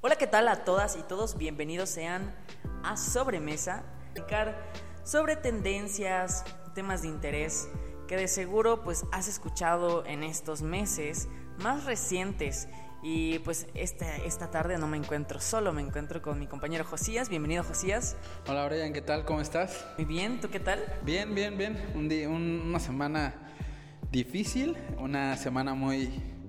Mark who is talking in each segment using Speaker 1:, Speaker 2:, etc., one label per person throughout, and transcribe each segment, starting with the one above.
Speaker 1: Hola, ¿qué tal a todas y todos? Bienvenidos sean a Sobremesa, platicar sobre tendencias, temas de interés que de seguro pues has escuchado en estos meses más recientes. Y pues esta tarde no me encuentro solo, me encuentro con mi compañero Josías. Bienvenido, Josías.
Speaker 2: Hola Brian, ¿qué tal? ¿Cómo estás?
Speaker 1: Muy bien, ¿tú qué tal?
Speaker 2: Bien. Una semana difícil, una semana muy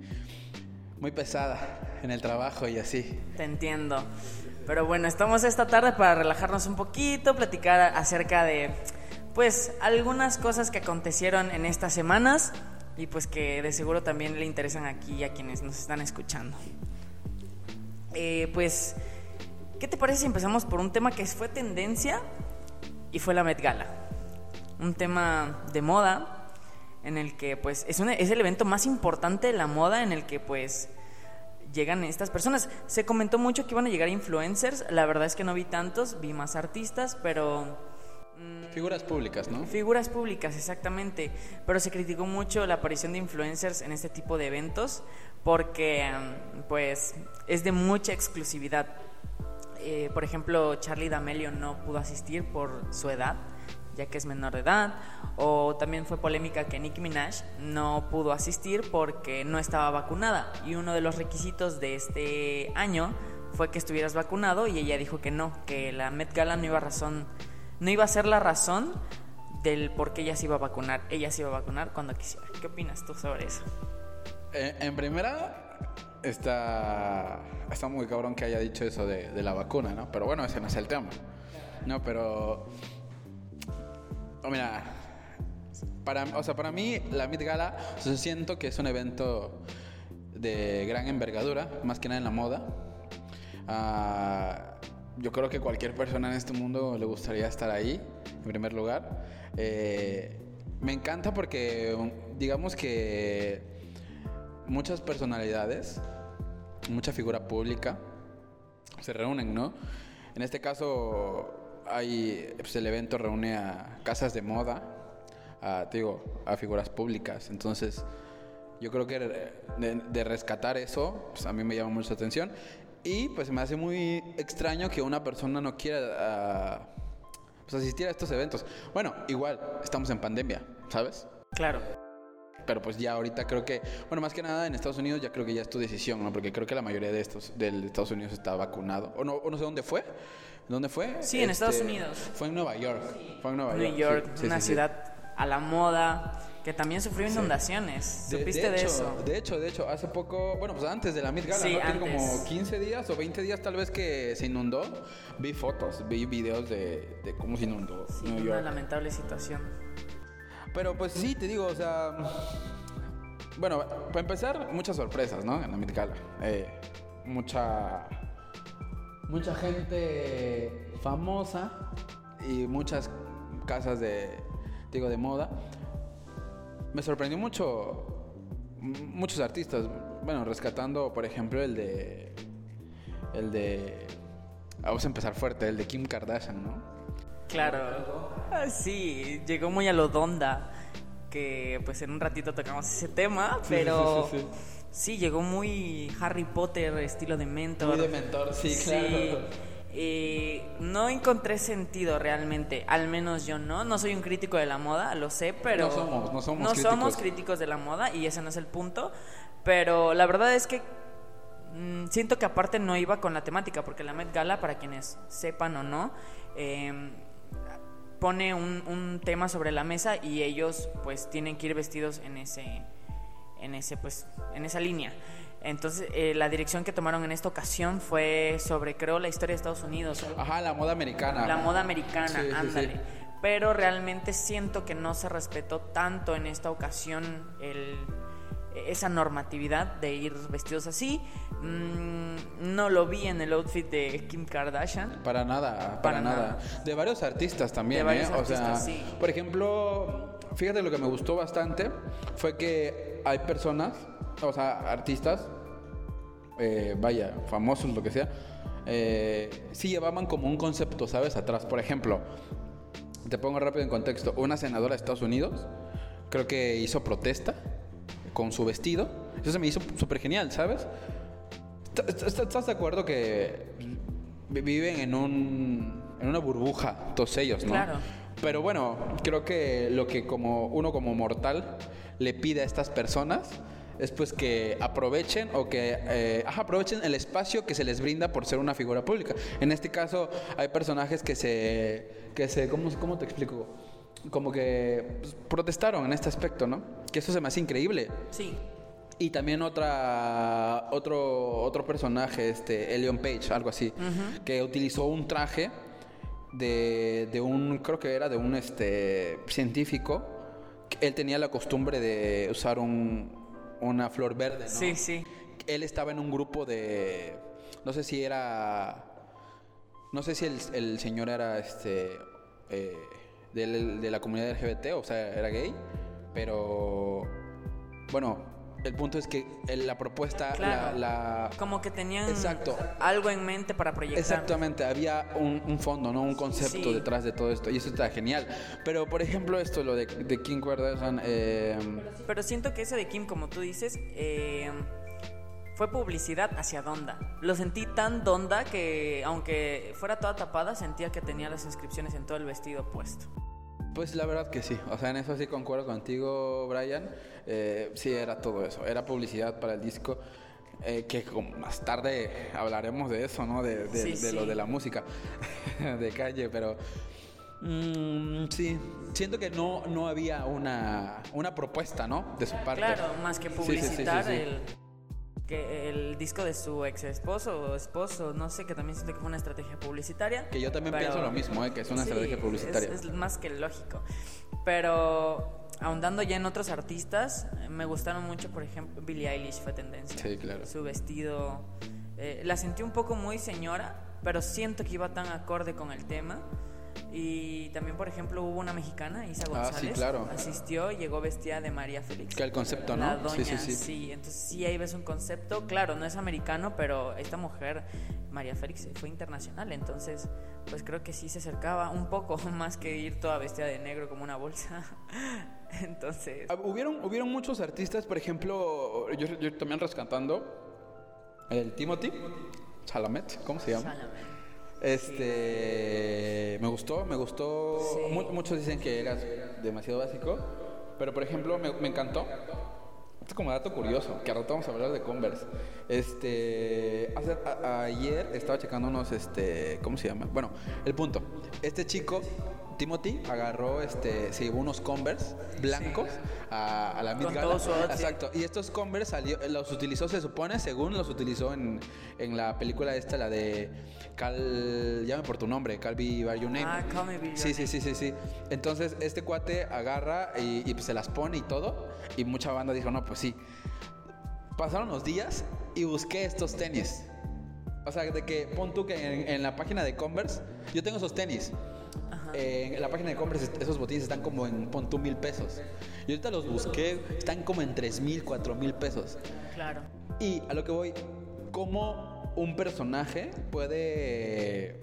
Speaker 2: pesada en el trabajo y así.
Speaker 1: Te entiendo. Pero bueno, estamos esta tarde para relajarnos un poquito, platicar acerca de pues algunas cosas que acontecieron en estas semanas y pues que de seguro también le interesan aquí a quienes nos están escuchando. Pues, ¿qué te parece si empezamos por un tema que fue tendencia y fue la Met Gala? Un tema de moda en el que pues es el evento más importante de la moda en el que pues llegan estas personas. Se comentó mucho que iban a llegar influencers, la verdad es que no vi tantos, vi más artistas, pero
Speaker 2: Figuras públicas, ¿no?
Speaker 1: Figuras públicas, exactamente. Pero se criticó mucho la aparición de influencers en este tipo de eventos porque pues es de mucha exclusividad. Por ejemplo, Charli D'Amelio no pudo asistir por su edad, ya que es menor de edad. O también fue polémica que Nicki Minaj no pudo asistir porque no estaba vacunada. Y uno de los requisitos de este año fue que estuvieras vacunado, y ella dijo que no, que la Met Gala no iba a ser la razón del por qué ella se iba a vacunar. Ella se iba a vacunar cuando quisiera. ¿Qué opinas tú sobre eso?
Speaker 2: En primera, está muy cabrón que haya dicho eso de la vacuna, ¿no? Pero bueno, ese no es el tema. No, pero... mira, para mí la Met Gala, siento que es un evento de gran envergadura, más que nada en la moda. Yo creo que cualquier persona en este mundo le gustaría estar ahí, en primer lugar. Me encanta porque, digamos que muchas personalidades, mucha figura pública se reúnen, ¿no? En este caso, pues el evento reúne a casas de moda, a figuras públicas. Entonces, yo creo que de rescatar eso, pues a mí me llama mucho la atención. Y pues me hace muy extraño que una persona no quiera pues asistir a estos eventos. Bueno, igual, estamos en pandemia, ¿sabes?
Speaker 1: Claro.
Speaker 2: Pero pues ya ahorita creo que, bueno, más que nada en Estados Unidos ya creo que ya es tu decisión, ¿no? Porque creo que la mayoría de Estados Unidos está vacunado. O no sé dónde fue. ¿Dónde fue?
Speaker 1: Sí, en Estados Unidos.
Speaker 2: Fue en Nueva York.
Speaker 1: Sí.
Speaker 2: Fue en Nueva
Speaker 1: York. New York,
Speaker 2: sí,
Speaker 1: una ciudad a la moda, que también sufrió inundaciones. ¿Supiste de eso?
Speaker 2: De hecho, hace poco, bueno, pues antes de la Met Gala,
Speaker 1: sí,
Speaker 2: ¿no? Tiene
Speaker 1: antes.
Speaker 2: como 15 días o 20 días tal vez que se inundó. Vi fotos, vi videos de cómo se inundó New York.
Speaker 1: Una lamentable situación.
Speaker 2: Pero pues sí, te digo, o sea... Bueno, para empezar, muchas sorpresas, ¿no? En la Met Gala. Mucha gente famosa y muchas casas de moda. Me sorprendió muchos artistas, bueno, rescatando, por ejemplo, el de vamos a empezar fuerte, el de Kim Kardashian, ¿no?
Speaker 1: Claro. Sí, llegó muy a lo Donda, que pues en un ratito tocamos ese tema, pero sí, llegó muy Harry Potter, estilo de mentor.
Speaker 2: Muy de mentor, sí, claro.
Speaker 1: No encontré sentido realmente, al menos yo no soy un crítico de la moda, lo sé, pero
Speaker 2: no somos
Speaker 1: críticos de la moda, y ese no es el punto. Pero la verdad es que siento que aparte no iba con la temática, porque la Met Gala, para quienes sepan o no, pone un tema sobre la mesa y ellos pues tienen que ir vestidos en esa línea. Entonces, la dirección que tomaron en esta ocasión fue sobre, creo, la historia de Estados Unidos.
Speaker 2: Ajá, la moda americana.
Speaker 1: La moda americana,
Speaker 2: sí,
Speaker 1: ándale.
Speaker 2: Sí.
Speaker 1: Pero realmente siento que no se respetó tanto en esta ocasión esa normatividad de ir vestidos así. No lo vi en el outfit de Kim Kardashian.
Speaker 2: Para nada. De varios artistas también,
Speaker 1: de varios
Speaker 2: artistas,
Speaker 1: o sea, sí.
Speaker 2: Por ejemplo, fíjate, lo que me gustó bastante fue que hay personas, o sea, artistas, famosos, lo que sea, sí llevaban como un concepto, ¿sabes? Atrás. Por ejemplo, te pongo rápido en contexto, una senadora de Estados Unidos, creo que hizo protesta con su vestido. Eso se me hizo súper genial, ¿sabes? ¿Estás de acuerdo que viven en una burbuja, todos ellos, ¿no?
Speaker 1: Claro.
Speaker 2: Pero bueno, creo que lo que uno como mortal le pide a estas personas es pues que aprovechen aprovechen el espacio que se les brinda por ser una figura pública. En este caso hay personajes que se ¿cómo te explico? Como que pues, protestaron en este aspecto, ¿no? Que eso se me hace increíble.
Speaker 1: Sí.
Speaker 2: Y también otro personaje, Ellen Page, algo así, que utilizó un traje de un, creo que era de un científico. Él tenía la costumbre de usar una flor verde, ¿no?
Speaker 1: Sí, sí.
Speaker 2: Él estaba en un grupo de, no sé si el señor era de la comunidad LGBT, o sea, era gay, pero bueno, el punto es que la propuesta,
Speaker 1: claro, como que tenían
Speaker 2: exacto,
Speaker 1: algo en mente para proyectar.
Speaker 2: Exactamente, había un fondo, ¿no? Un concepto detrás de todo esto, y eso está genial. Pero, por ejemplo, lo de Kim Kardashian...
Speaker 1: Pero siento que eso de Kim, como tú dices, fue publicidad hacia Donda. Lo sentí tan Donda que, aunque fuera toda tapada, sentía que tenía las inscripciones en todo el vestido puesto.
Speaker 2: Pues la verdad que sí, o sea, en eso sí concuerdo contigo, Brian. Sí, era todo eso, era publicidad para el disco, que como más tarde hablaremos de eso, ¿no? De lo de la música de Kanye, pero sí, siento que no había una propuesta, ¿no? De su parte.
Speaker 1: Claro, más que publicitar
Speaker 2: sí.
Speaker 1: el disco de su ex esposo o esposo, no sé, que también siento que fue una estrategia publicitaria.
Speaker 2: Que yo también pienso lo mismo, que es una estrategia publicitaria.
Speaker 1: Es más que lógico. Pero ahondando ya en otros artistas, me gustaron mucho, por ejemplo, Billie Eilish fue tendencia.
Speaker 2: Sí, claro.
Speaker 1: Su vestido, la sentí un poco muy señora, pero siento que iba tan acorde con el tema. Y también, por ejemplo, hubo una mexicana, Isa González,
Speaker 2: sí, claro.
Speaker 1: Asistió, llegó vestida de María Félix.
Speaker 2: Que el concepto, ¿no?
Speaker 1: La doña,
Speaker 2: sí.
Speaker 1: Entonces sí, ahí ves un concepto, claro, no es americano, pero esta mujer, María Félix, fue internacional, entonces pues creo que sí se acercaba un poco más que ir toda vestida de negro como una bolsa. Entonces...
Speaker 2: Hubieron muchos artistas, por ejemplo, yo también rescatando el Timothy Chalamet, ¿cómo se llama?
Speaker 1: Chalamet.
Speaker 2: Me gustó.
Speaker 1: Sí.
Speaker 2: Muchos dicen que era demasiado básico, pero por ejemplo me encantó. Esto es como dato curioso, que al rato vamos a hablar de Converse. Ayer estaba checando unos, ¿cómo se llama? Bueno, el punto. Este chico, Timothy, agarró, se llevó unos Converse blancos a la Met Gala. Exacto. Y estos Converse los utilizó, se supone, los utilizó en la película esta, la de llame por tu nombre, Call Me By Your Name.
Speaker 1: Call Me By Your Name.
Speaker 2: Sí. Entonces, este cuate agarra y pues, se las pone y todo. Y mucha banda dijo, no, pues sí. Pasaron los días y busqué estos tenis. O sea, de que pon tú que en la página de Converse, yo tengo esos tenis. En la página de Converse, esos botines están como en, pon tú, 1,000 pesos. Y ahorita los busqué, están como en 3,000, 4,000 pesos.
Speaker 1: Claro.
Speaker 2: Y a lo que voy, ¿cómo un personaje puede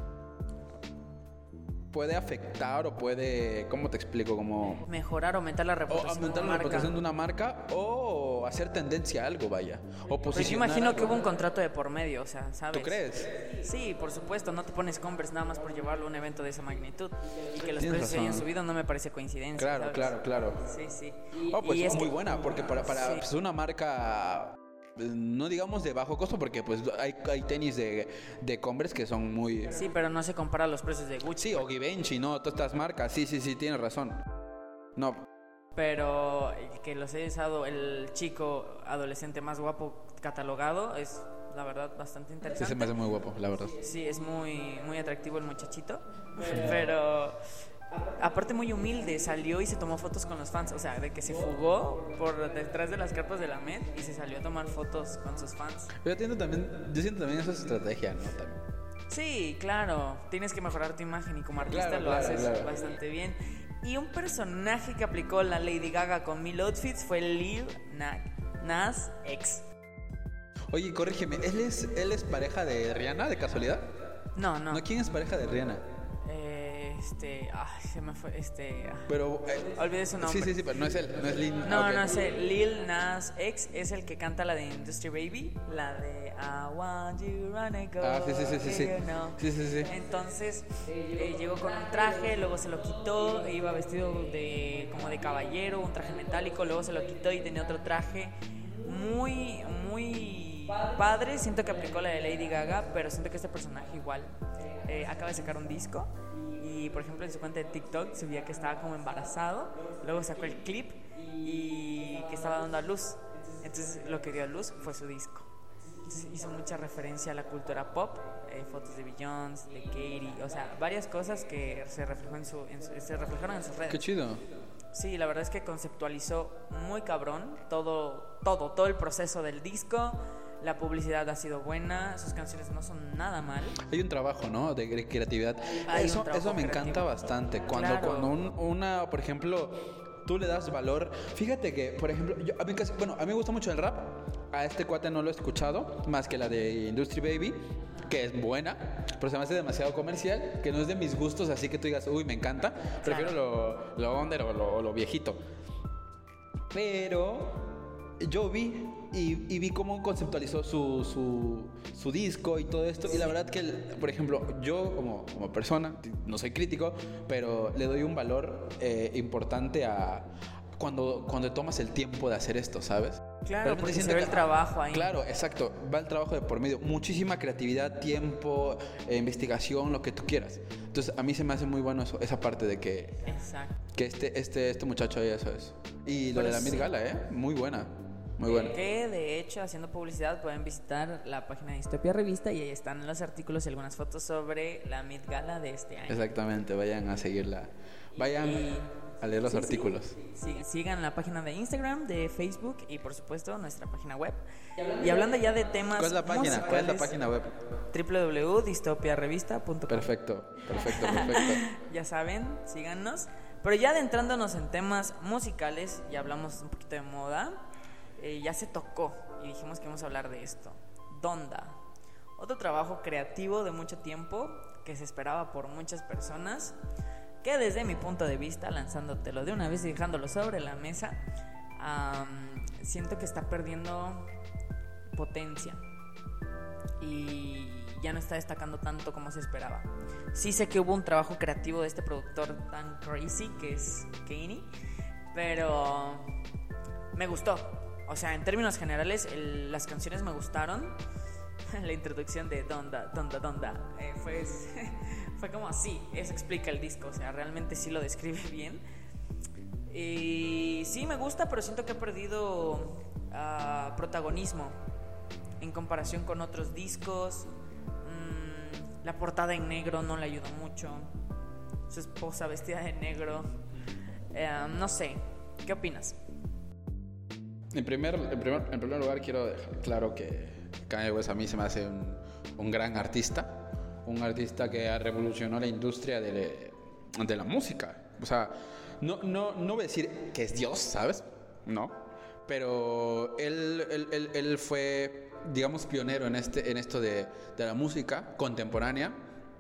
Speaker 2: afectar o puede, ¿cómo te explico? Como
Speaker 1: mejorar, aumentar la reputación
Speaker 2: de una marca o hacer tendencia a algo, vaya. O
Speaker 1: pues yo imagino que hubo un contrato de por medio, o sea, ¿sabes?
Speaker 2: ¿Tú crees?
Speaker 1: Sí, por supuesto, no te pones Converse nada más por llevarlo a un evento de esa magnitud. Y que los
Speaker 2: Tienes
Speaker 1: precios se hayan subido no me parece coincidencia.
Speaker 2: Claro.
Speaker 1: Sí.
Speaker 2: Pues
Speaker 1: y
Speaker 2: es muy buena, porque para
Speaker 1: sí.
Speaker 2: una marca, no digamos de bajo costo, porque pues hay tenis de Converse que son muy...
Speaker 1: Sí, pero no se compara a los precios de Gucci.
Speaker 2: Sí, o Givenchy, ¿no? Todas estas marcas. Sí, tienes razón. No.
Speaker 1: Pero que los haya usado el chico adolescente más guapo catalogado es, la verdad, bastante interesante.
Speaker 2: Sí, se me hace muy guapo, la verdad.
Speaker 1: Sí, es muy, muy atractivo el muchachito. Pero... aparte muy humilde, salió y se tomó fotos con los fans, o sea, de que se fugó por detrás de las carpas de la Met y se salió a tomar fotos con sus fans.
Speaker 2: Yo siento también eso es estrategia, ¿no? También.
Speaker 1: Sí, claro, tienes que mejorar tu imagen y como artista lo haces bastante bien. Y un personaje que aplicó la Lady Gaga con 1,000 outfits fue Lil Nas X.
Speaker 2: Oye, corrígeme, ¿él es pareja de Rihanna, de casualidad?
Speaker 1: No.
Speaker 2: ¿No? ¿Quién es pareja de Rihanna?
Speaker 1: Se me fue,
Speaker 2: Pero
Speaker 1: olvidé su nombre.
Speaker 2: Sí, pero no es Lil.
Speaker 1: No,
Speaker 2: okay.
Speaker 1: no sé, Lil Nas X es el que canta la de Industry Baby, la de I want you running go.
Speaker 2: Sí.
Speaker 1: You know.
Speaker 2: Sí.
Speaker 1: Entonces llegó con un traje, luego se lo quitó, e iba vestido como de caballero, un traje metálico, luego se lo quitó y tenía otro traje muy padre. Siento que aplicó la de Lady Gaga, pero siento que este personaje igual acaba de sacar un disco. Y por ejemplo en su cuenta de TikTok se veía que estaba como embarazado, luego sacó el clip y que estaba dando a luz. Entonces lo que dio a luz fue su disco. Entonces hizo mucha referencia a la cultura pop, fotos de Beyoncé, de Katy, o sea, varias cosas que se reflejaron en sus redes.
Speaker 2: Qué chido.
Speaker 1: Sí, la verdad es que conceptualizó muy cabrón todo el proceso del disco. La publicidad ha sido buena, sus canciones no son nada mal.
Speaker 2: Hay un trabajo, ¿no? De creatividad. Eso me encanta bastante. Cuando una, por ejemplo, tú le das valor. Fíjate que, por ejemplo, a mí me gusta mucho el rap. A este cuate no lo he escuchado, más que la de Industry Baby, que es buena, pero se me hace demasiado comercial, que no es de mis gustos, así que tú digas, uy, me encanta. Prefiero lo under o lo viejito. Pero yo vi cómo conceptualizó su disco y todo esto. Y la verdad que, por ejemplo, yo como persona, no soy crítico, pero le doy un valor importante a cuando tomas el tiempo de hacer esto, ¿sabes?
Speaker 1: Claro, porque se ve el trabajo ahí.
Speaker 2: Claro, exacto. Va el trabajo de por medio. Muchísima creatividad, tiempo, investigación, lo que tú quieras. Entonces, a mí se me hace muy bueno esa parte de que...
Speaker 1: Exacto.
Speaker 2: Que este muchacho ahí eso es. Y lo de la Met Gala, muy buena. Muy buena.
Speaker 1: Que de hecho, haciendo publicidad, pueden visitar la página de Distopia Revista y ahí están los artículos y algunas fotos sobre la Met Gala de este año.
Speaker 2: Exactamente, vayan a seguirla. Vayan a leer los artículos.
Speaker 1: Sí. Sigan la página de Instagram, de Facebook y por supuesto nuestra página web. Y hablando ya de temas
Speaker 2: ¿Cuál es la página?
Speaker 1: musicales,
Speaker 2: ¿Cuál es la página web?
Speaker 1: www.distopiarevista.com.
Speaker 2: Perfecto.
Speaker 1: Ya saben, síganos. Pero ya adentrándonos en temas musicales, ya hablamos un poquito de moda. Ya se tocó y dijimos que íbamos a hablar de esto. Donda, otro trabajo creativo de mucho tiempo que se esperaba por muchas personas, que desde mi punto de vista, lanzándotelo de una vez y dejándolo sobre la mesa, siento que está perdiendo potencia y ya no está destacando tanto como se esperaba. Sí sé que hubo un trabajo creativo de este productor tan crazy que es Kanye, pero me gustó. O sea, en términos generales, las canciones me gustaron. La introducción de Donda fue como así. Eso explica el disco. O sea, realmente sí lo describe bien. Y sí me gusta, pero siento que ha perdido protagonismo en comparación con otros discos. La portada en negro no le ayudó mucho. Su esposa vestida de negro. No sé. ¿Qué opinas?
Speaker 2: En primer lugar quiero dejar claro que Kanye West a mí se me hace un gran artista, un artista que revolucionó la industria de la música. O sea, no voy a decir que es Dios, ¿sabes? No, pero él fue, digamos, pionero en esto de la música contemporánea.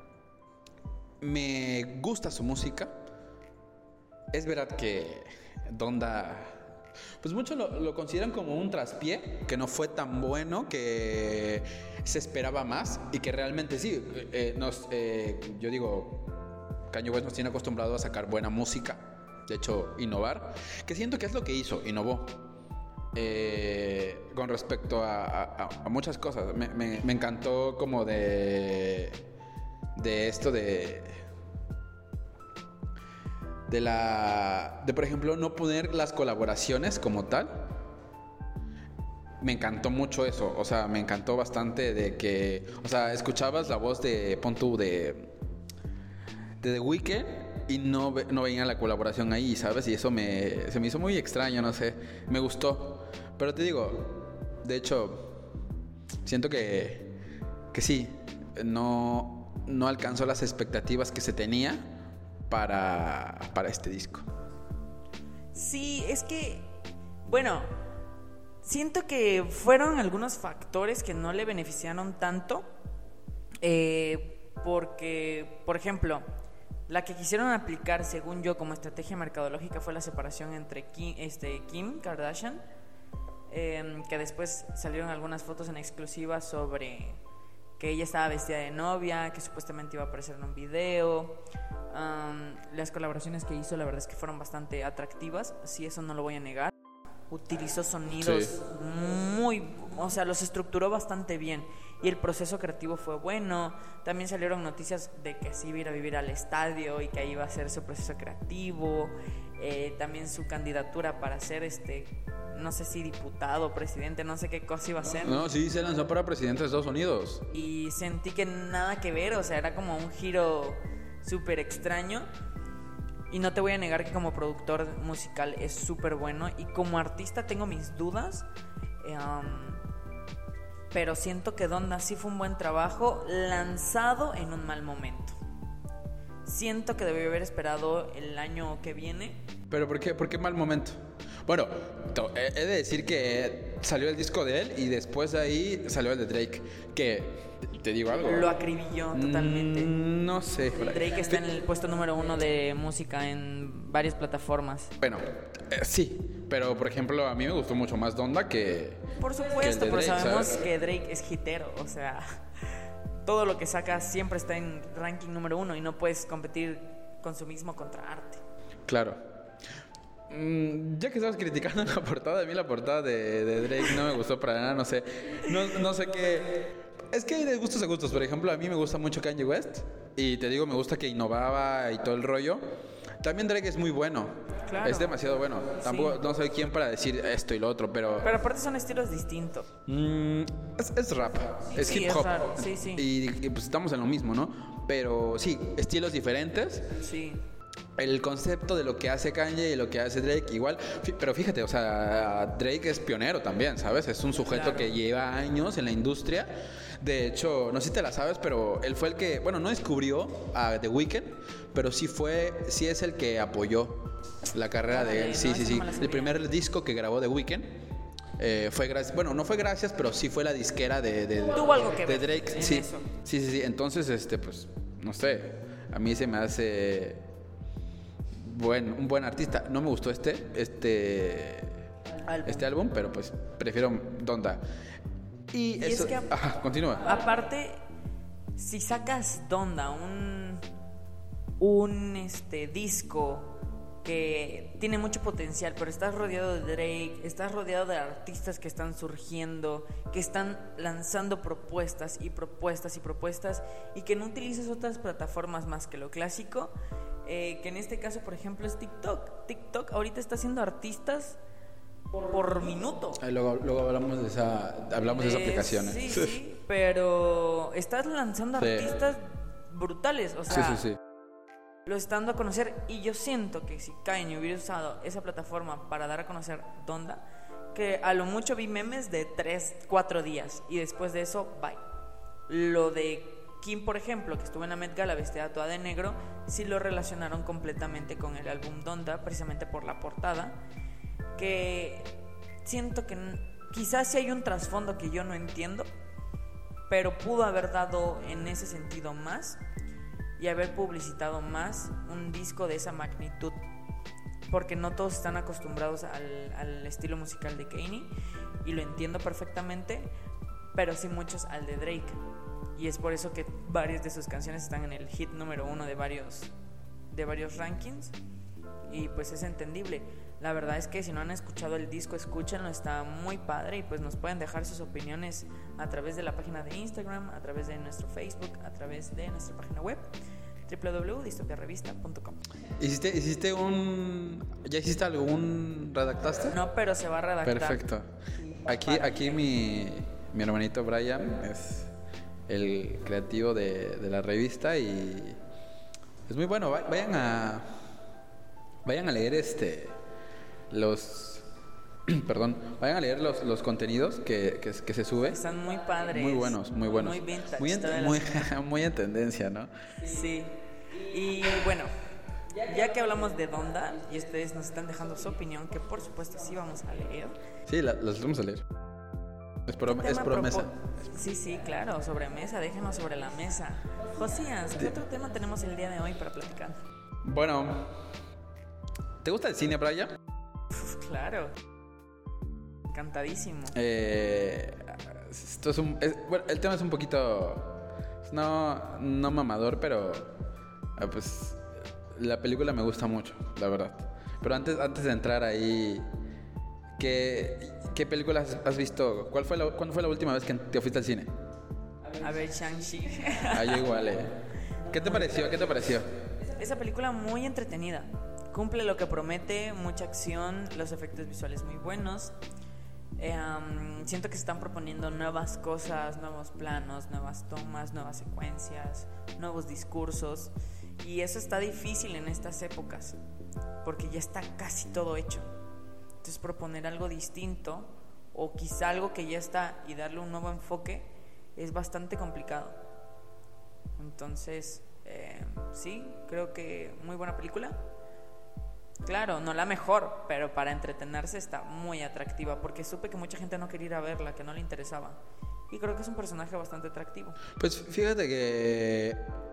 Speaker 2: Me gusta su música. Es verdad que Donda, pues muchos lo consideran como un traspié, que no fue tan bueno, que se esperaba más y que realmente sí. Yo digo, Kanye West nos tiene acostumbrado a sacar buena música, de hecho, innovar, que siento que es lo que hizo, innovó. Con respecto a muchas cosas. Me encantó como de esto de por ejemplo no poner las colaboraciones como tal. Me encantó mucho eso, o sea, me encantó bastante de que, o sea, escuchabas la voz de Pontu de The Weeknd y no veían la colaboración ahí, ¿sabes? Y eso se me hizo muy extraño, no sé, me gustó. Pero te digo, de hecho, siento que sí, no alcanzó las expectativas que se tenía para este disco.
Speaker 1: Sí, es que, bueno, siento que fueron algunos factores que no le beneficiaron tanto, porque, por ejemplo, La que quisieron aplicar, según yo, como estrategia mercadológica fue la separación entre Kim Kardashian, que después salieron algunas fotos en exclusiva sobre que ella estaba vestida de novia, que supuestamente iba a aparecer en un video. Las colaboraciones que hizo, la verdad es que fueron bastante atractivas, sí, eso no lo voy a negar. Utilizó sonidos o sea, los estructuró bastante bien y el proceso creativo fue bueno. También salieron noticias de que sí iba a ir a vivir al estadio y que ahí iba a ser su proceso creativo. También su candidatura para ser no sé si diputado, presidente, no sé qué cosa iba a ser.
Speaker 2: No, sí, se lanzó para presidente de Estados Unidos.
Speaker 1: Y sentí que nada que ver, o sea, era como un giro súper extraño. Y no te voy a negar que como productor musical es súper bueno. Y como artista tengo mis dudas. Pero siento que Donda sí fue un buen trabajo, lanzado en un mal momento. Siento que debió haber esperado el año que viene.
Speaker 2: ¿Pero por qué mal momento? Bueno, he de decir que salió el disco de él y después de ahí salió el de Drake. Que, te digo algo.
Speaker 1: Lo acribilló totalmente.
Speaker 2: No sé.
Speaker 1: Drake está en el puesto número 1 de música en varias plataformas.
Speaker 2: Bueno, sí. Pero, por ejemplo, a mí me gustó mucho más Donda que...
Speaker 1: Por supuesto,
Speaker 2: que el de
Speaker 1: pero
Speaker 2: Drake,
Speaker 1: sabemos
Speaker 2: ¿sabes?
Speaker 1: que Drake es hitero. O sea, todo lo que saca siempre está en ranking número 1 y no puedes competir consumismo contra arte.
Speaker 2: Claro. Ya que estabas criticando la portada, a mí la portada de Drake no me gustó para nada, no sé qué. Es que hay de gustos a gustos. Por ejemplo, a mí me gusta mucho Kanye West y te digo, me gusta que innovaba y todo el rollo. También Drake es muy bueno.
Speaker 1: Claro.
Speaker 2: Es demasiado bueno. Tampoco no soy quien para decir esto y lo otro, pero
Speaker 1: aparte son estilos distintos.
Speaker 2: es rap, es
Speaker 1: Sí,
Speaker 2: hip
Speaker 1: es
Speaker 2: hop.
Speaker 1: raro, sí.
Speaker 2: Y pues estamos en lo mismo, ¿no? Pero sí, estilos diferentes.
Speaker 1: Sí.
Speaker 2: El concepto de lo que hace Kanye y lo que hace Drake igual, pero fíjate, o sea, Drake es pionero también, ¿sabes? Es un sujeto
Speaker 1: Claro.
Speaker 2: que lleva años en la industria. De hecho, no sé si te la sabes, pero él fue el que, bueno, no descubrió a The Weeknd, pero sí es el que apoyó la carrera de él. Sí.
Speaker 1: No me la sabía.
Speaker 2: El primer disco que grabó The Weeknd fue gracias, bueno, no fue gracias, pero sí fue la disquera de
Speaker 1: Tuvo algo que ver
Speaker 2: Drake.
Speaker 1: en
Speaker 2: Sí.
Speaker 1: eso.
Speaker 2: Sí. Entonces, pues, no sé, a mí se me hace un buen artista. No me gustó este álbum, pero pues prefiero Donda. Y eso,
Speaker 1: es que
Speaker 2: ajá, continúa.
Speaker 1: aparte, si sacas Donda, un disco que tiene mucho potencial, pero estás rodeado de Drake, estás rodeado de artistas que están surgiendo, que están lanzando propuestas y que no utilizas otras plataformas más que lo clásico, que en este caso, por ejemplo, es TikTok. TikTok ahorita está haciendo artistas por minuto.
Speaker 2: Luego hablamos de esa aplicación.
Speaker 1: Sí, pero estás lanzando artistas brutales, o sea,
Speaker 2: Sí.
Speaker 1: lo están dando a conocer. Y yo siento que si Kanye hubiera usado esa plataforma para dar a conocer Donda, que a lo mucho vi memes de 3-4 días y después de eso, bye. Lo de Kim, por ejemplo, que estuvo en la Met Gala vestida toda de negro, sí lo relacionaron completamente con el álbum Donda, precisamente por la portada, que siento que quizás sí hay un trasfondo que yo no entiendo, pero pudo haber dado en ese sentido más y haber publicitado más un disco de esa magnitud, porque no todos están acostumbrados al estilo musical de Kanye, y lo entiendo perfectamente, pero sí muchos al de Drake, y es por eso que varias de sus canciones están en el hit número 1 de varios rankings, y pues es entendible. La verdad es que si no han escuchado el disco, escúchenlo, está muy padre, y pues nos pueden dejar sus opiniones a través de la página de Instagram, a través de nuestro Facebook, a través de nuestra página web www.distopiarevista.com.
Speaker 2: ¿Ya hiciste algún redactaste?
Speaker 1: No, pero se va a redactar.
Speaker 2: Perfecto. Aquí mi hermanito Brian es el creativo de la revista y es muy bueno. Vayan a leer vayan a leer los contenidos que se sube.
Speaker 1: Están muy padres.
Speaker 2: Muy buenos.
Speaker 1: Muy vintage.
Speaker 2: Muy en tendencia, ¿no?
Speaker 1: Sí. Y bueno, ya que hablamos de Donda y ustedes nos están dejando su opinión, que por supuesto sí vamos a leer.
Speaker 2: Sí, las vamos a leer. Es promesa.
Speaker 1: Sí, claro, sobremesa, déjenos sobre la mesa. Josías, ¿qué otro tema tenemos el día de hoy para platicar?
Speaker 2: Bueno, ¿te gusta el cine, Brian?
Speaker 1: Claro, encantadísimo.
Speaker 2: Esto es bueno, el tema es un poquito, no mamador, pero pues la película me gusta mucho, la verdad. Pero antes de entrar ahí, ¿qué películas has visto? ¿Cuándo fue la última vez que te fuiste al cine?
Speaker 1: A ver, Shang-Chi.
Speaker 2: Yo igual, ¿Qué te pareció?
Speaker 1: Esa película muy entretenida. Cumple lo que promete, mucha acción, los efectos visuales muy buenos. Siento que se están proponiendo nuevas cosas, nuevos planos, nuevas tomas, nuevas secuencias, nuevos discursos. Y eso está difícil en estas épocas, porque ya está casi todo hecho. Entonces proponer algo distinto, o quizá algo que ya está, y darle un nuevo enfoque, es bastante complicado. Entonces, sí, creo que muy buena película. Claro, no la mejor, pero para entretenerse está muy atractiva, porque supe que mucha gente no quería ir a verla, que no le interesaba. Y creo que es un personaje bastante atractivo.
Speaker 2: Pues fíjate que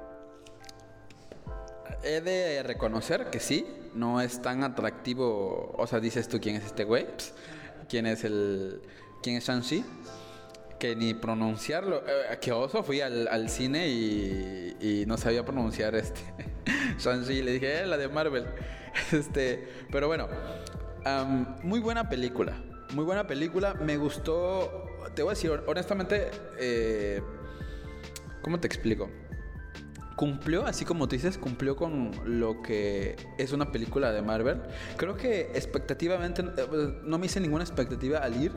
Speaker 2: he de reconocer que sí, no es tan atractivo. O sea, dices tú, ¿quién es este güey? ¿Quién es Shang-Chi? Que ni pronunciarlo. Que oso, fui al cine y no sabía pronunciar Shang-Chi. Le dije, la de Marvel. Pero bueno, muy buena película. Muy buena película. Me gustó. Te voy a decir, honestamente, ¿cómo te explico? Cumplió, así como tú dices, cumplió con lo que es una película de Marvel. Creo que expectativamente no me hice ninguna expectativa al ir,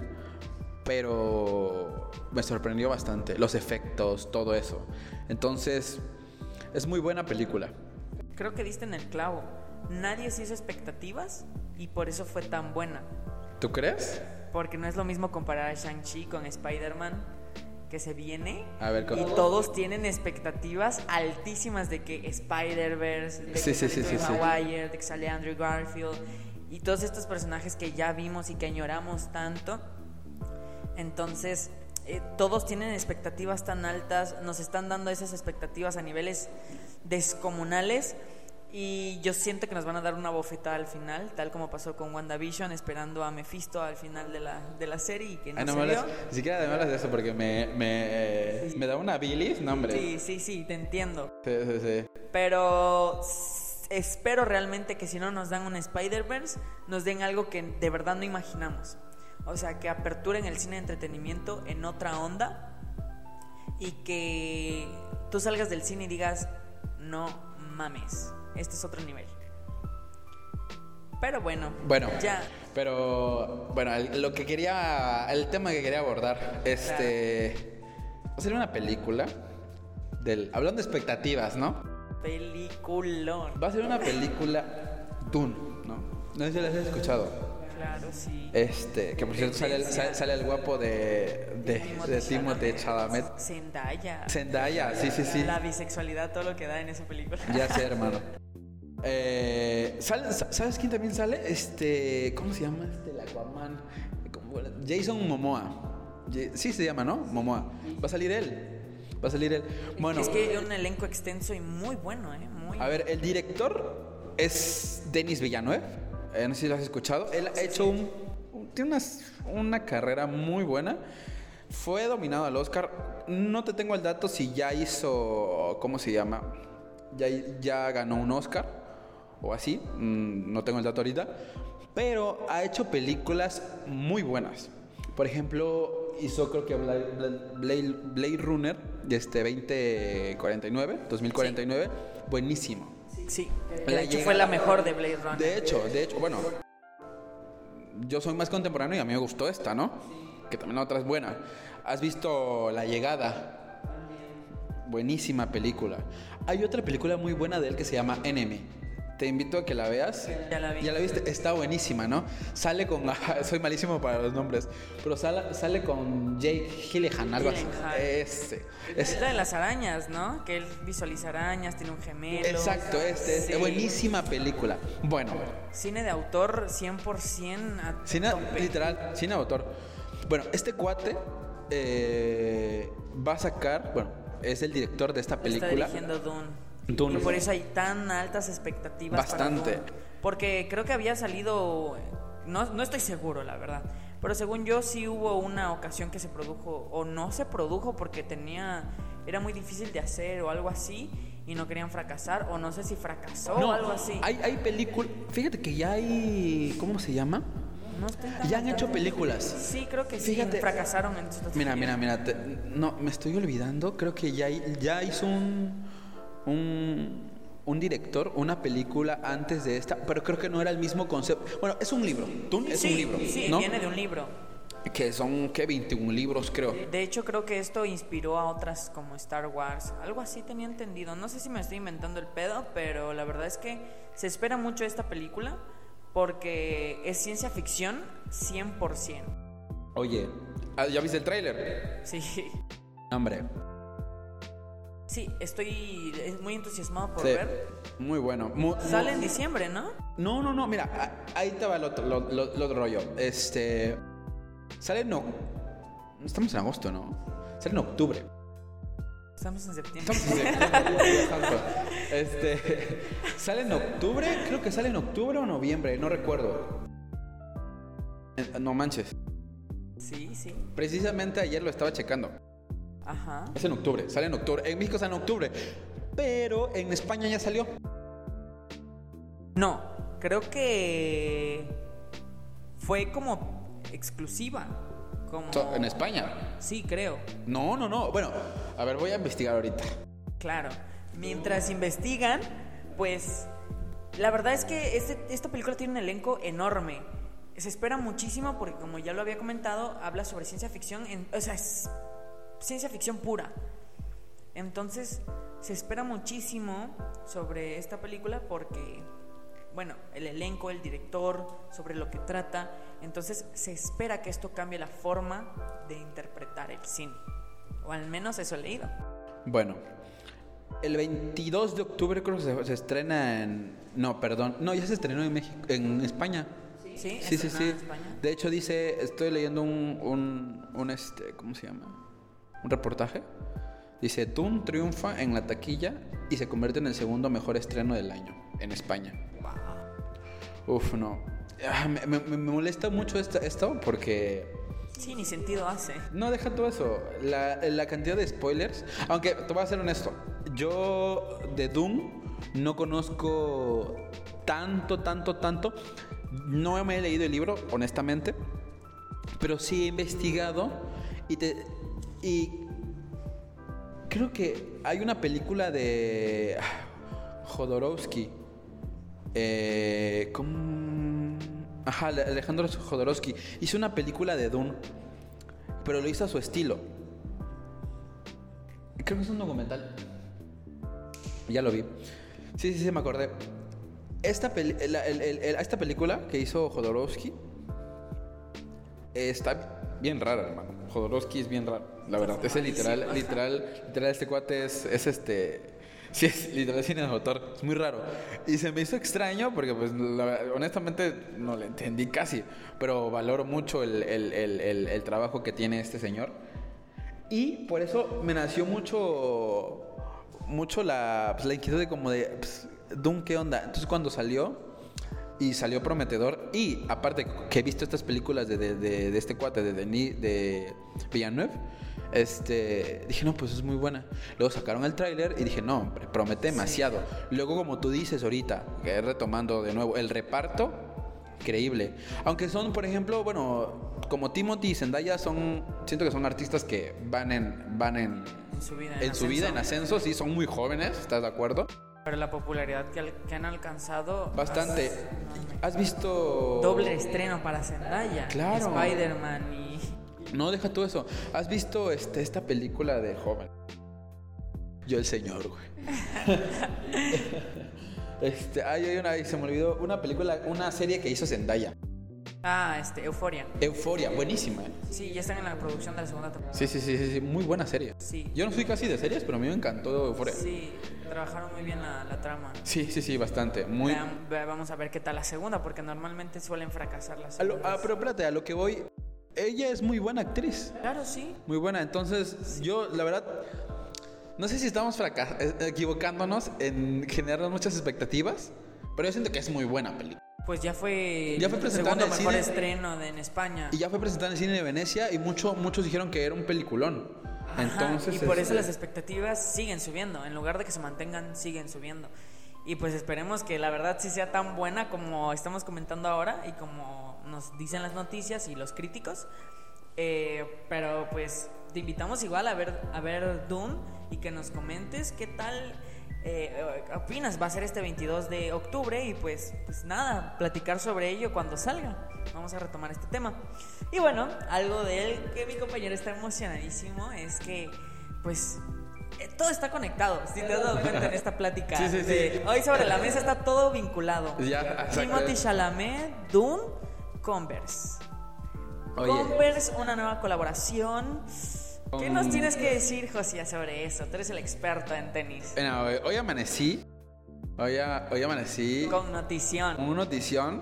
Speaker 2: pero me sorprendió bastante. Los efectos, todo eso. Entonces, es muy buena película.
Speaker 1: Creo que diste en el clavo. Nadie se hizo expectativas y por eso fue tan buena.
Speaker 2: ¿Tú crees?
Speaker 1: Porque no es lo mismo comparar a Shang-Chi con Spider-Man, que se viene,
Speaker 2: a ver,
Speaker 1: y todos tienen expectativas altísimas de que Spider-Verse, de que sale Tobey Maguire, de que sale Andrew Garfield y todos estos personajes que ya vimos y que añoramos tanto. Entonces todos tienen expectativas tan altas, nos están dando esas expectativas a niveles descomunales. Y yo siento que nos van a dar una bofetada al final, tal como pasó con WandaVision, esperando a Mephisto al final de la serie y que no se dio.
Speaker 2: Ni siquiera me hablas de eso porque me da una bilis, no, hombre.
Speaker 1: Sí, te entiendo.
Speaker 2: Sí.
Speaker 1: Pero espero realmente que si no nos dan un Spider-Verse, nos den algo que de verdad no imaginamos. O sea, que aperturen el cine de entretenimiento en otra onda y que tú salgas del cine y digas, no mames, este es otro nivel. Pero bueno, ya.
Speaker 2: Pero bueno, el tema que quería abordar, va a ser una película hablando de expectativas, ¿no?
Speaker 1: Peliculón.
Speaker 2: Va a ser una película Dune, ¿no? No sé si la has escuchado.
Speaker 1: Claro, sí.
Speaker 2: Que por cierto sale el guapo de Timothée Chalamet. Zendaya, sí.
Speaker 1: La bisexualidad, todo lo que da en esa película.
Speaker 2: Ya sé, hermano. ¿Sabes quién también sale? ¿Cómo se llama el Aquaman? Jason Momoa. Sí se llama, ¿no? Momoa. Va a salir él. Bueno,
Speaker 1: es que es un elenco extenso y muy bueno,
Speaker 2: A ver, el director es Denis Villeneuve. No sé si lo has escuchado. Él ha hecho tiene una carrera muy buena. Fue nominado al Oscar. No te tengo el dato si ya hizo, ¿cómo se llama? Ya ganó un Oscar o así. No tengo el dato ahorita. Pero ha hecho películas muy buenas. Por ejemplo, hizo creo que Blade Runner de 2049. Sí. Buenísimo.
Speaker 1: Sí, de hecho fue la mejor de Blade Runner.
Speaker 2: De hecho, bueno, yo soy más contemporáneo y a mí me gustó esta, ¿no? Sí. Que también la otra es buena. ¿Has visto La Llegada? Buenísima película. Hay otra película muy buena de él que se llama Enemy. Te invito a que la veas.
Speaker 1: Ya la vi.
Speaker 2: ¿Ya la viste? Está buenísima, ¿no? Sale con... soy malísimo para los nombres. Pero sale con Jake Gyllenhaal, algo así.
Speaker 1: Es la de las arañas, ¿no? Que él visualiza arañas, tiene un gemelo.
Speaker 2: Exacto,
Speaker 1: Sí.
Speaker 2: Buenísima película. Bueno.
Speaker 1: Cine de autor 100%.
Speaker 2: Literal, cine de autor. Bueno, este cuate va a sacar, bueno, es el director de esta película.
Speaker 1: Está dirigiendo Dune. Y por eso hay tan altas expectativas.
Speaker 2: Bastante.
Speaker 1: Para Dune. Porque creo que había salido, no estoy seguro, la verdad, pero según yo sí hubo una ocasión que se produjo, o no se produjo porque era muy difícil de hacer o algo así, y no querían fracasar, o no sé si fracasó o algo así.
Speaker 2: Hay películas, fíjate que ya hay, ¿cómo se llama?
Speaker 1: No estoy tan
Speaker 2: ya han hecho películas.
Speaker 1: Sí, creo que
Speaker 2: Fíjate,
Speaker 1: sí, fracasaron en su
Speaker 2: Mira, no, me estoy olvidando, creo que ya hizo un director una película antes de esta, pero creo que no era el mismo concepto. Bueno, es un libro. Dune es un libro.
Speaker 1: Sí,
Speaker 2: ¿no?
Speaker 1: viene de un libro.
Speaker 2: Que son, 21 libros, creo.
Speaker 1: De hecho, creo que esto inspiró a otras como Star Wars. Algo así tenía entendido. No sé si me estoy inventando el pedo, pero la verdad es que se espera mucho esta película porque es ciencia ficción 100%.
Speaker 2: Oye, ¿ya viste el tráiler?
Speaker 1: Sí.
Speaker 2: Hombre.
Speaker 1: Sí, estoy muy entusiasmado por
Speaker 2: Sí,
Speaker 1: ver.
Speaker 2: muy bueno.
Speaker 1: Sale en diciembre, ¿no?
Speaker 2: No, mira, ahí te va el otro rollo. Sale estamos en agosto, ¿no? Sale en octubre.
Speaker 1: Estamos en septiembre.
Speaker 2: Sale en octubre, creo que sale en octubre o noviembre, no recuerdo. No manches.
Speaker 1: Sí.
Speaker 2: Precisamente ayer lo estaba checando.
Speaker 1: Ajá.
Speaker 2: Es en octubre, sale en octubre. En México sale en octubre, pero en España ya salió.
Speaker 1: No, creo que fue como exclusiva.
Speaker 2: ¿En España?
Speaker 1: Sí, creo.
Speaker 2: No. Bueno, a ver, voy a investigar ahorita.
Speaker 1: Claro. Mientras investigan, pues la verdad es que esta película tiene un elenco enorme. Se espera muchísimo porque, como ya lo había comentado, habla sobre ciencia ficción. O sea, es ciencia ficción pura. Entonces se espera muchísimo sobre esta película porque, bueno, el elenco, el director, sobre lo que trata. Entonces se espera que esto cambie la forma de interpretar el cine, o al menos eso he leído.
Speaker 2: Bueno, el 22 de octubre creo que se estrena ya se estrenó en México, en España.
Speaker 1: Sí.
Speaker 2: En
Speaker 1: España.
Speaker 2: De hecho estoy leyendo un ¿cómo se llama? Un reportaje. Dice, Dune triunfa en la taquilla y se convierte en el segundo mejor estreno del año en España.
Speaker 1: Wow.
Speaker 2: Uf, no. Me molesta mucho esto porque...
Speaker 1: Sí, ni sentido hace.
Speaker 2: No, deja todo eso. La cantidad de spoilers. Aunque te voy a ser honesto, yo de Dune no conozco tanto. No me he leído el libro, honestamente, pero sí he investigado y creo que hay una película de Jodorowsky. Alejandro Jodorowsky hizo una película de Dune, pero lo hizo a su estilo. Creo que es un documental. Ya lo vi. Sí, me acordé. Esta película que hizo Jodorowsky está bien rara, hermano. Jodorowsky es bien raro, la verdad. Ese literal, este cuate es sí, es literal cine de autor. Es muy raro. Y se me hizo extraño porque, pues, honestamente no le entendí casi. Pero valoro mucho el trabajo que tiene este señor. Y por eso me nació mucho la inquietud de como de... Dune, ¿qué onda? Entonces cuando salió prometedor, y aparte que he visto estas películas de este cuate de Villeneuve, dije, no, pues es muy buena. Luego sacaron el tráiler y dije, no, hombre, promete demasiado. Sí. Luego, como tú dices ahorita, que retomando de nuevo, el reparto, increíble. Aunque son, por ejemplo, bueno, como Timothy y Zendaya siento que son artistas que van en su vida en ascenso, sí, son muy jóvenes, ¿estás de acuerdo?
Speaker 1: Pero la popularidad que han alcanzado...
Speaker 2: Bastante. ¿Has visto...?
Speaker 1: Doble estreno para Zendaya.
Speaker 2: Claro.
Speaker 1: Spider-Man y...
Speaker 2: No, deja tú eso. ¿Has visto esta película de joven? Yo el señor, güey. Se me olvidó una película, una serie que hizo Zendaya.
Speaker 1: Euphoria.
Speaker 2: Euphoria, buenísima.
Speaker 1: Sí, ya están en la producción de la segunda temporada.
Speaker 2: Sí, muy buena serie.
Speaker 1: Sí.
Speaker 2: Yo no soy casi de series, pero a mí me encantó Euphoria.
Speaker 1: Sí, trabajaron muy bien la trama.
Speaker 2: Sí, bastante.
Speaker 1: Vamos a ver qué tal la segunda, porque normalmente suelen fracasar las segundas.
Speaker 2: Pero espérate, a lo que voy ella es muy buena actriz.
Speaker 1: Claro, sí.
Speaker 2: Muy buena. Entonces, yo, la verdad, no sé si estamos equivocándonos en generar muchas expectativas, pero yo siento que es muy buena película.
Speaker 1: Pues ya fue el
Speaker 2: presentada en
Speaker 1: segundo
Speaker 2: el
Speaker 1: mejor
Speaker 2: cine
Speaker 1: estreno en España.
Speaker 2: y ya fue presentada en el cine de Venecia y muchos dijeron que era un peliculón.
Speaker 1: Ajá,
Speaker 2: Entonces,
Speaker 1: y por eso las expectativas siguen subiendo. En lugar de que se mantengan, siguen subiendo. Y pues esperemos que la verdad sí sea tan buena como estamos comentando ahora y como nos dicen las noticias y los críticos. Pero pues te invitamos igual a ver Dune y que nos comentes qué tal opinas. Va a ser este 22 de octubre y pues nada, platicar sobre ello cuando salga. Vamos a retomar este tema. Y bueno, algo de él que mi compañero está emocionadísimo es que pues todo está conectado. Si te has dado cuenta en esta plática,
Speaker 2: Sí.
Speaker 1: hoy sobre la mesa está todo vinculado.
Speaker 2: Ya, exacto.
Speaker 1: Timothée Chalamet, Dune, Converse.
Speaker 2: Oye.
Speaker 1: Converse, una nueva colaboración. ¿Qué nos tienes que decir, José, sobre eso? Tú eres el experto en tenis.
Speaker 2: Bueno, hoy amanecí
Speaker 1: Con notición.
Speaker 2: un notición.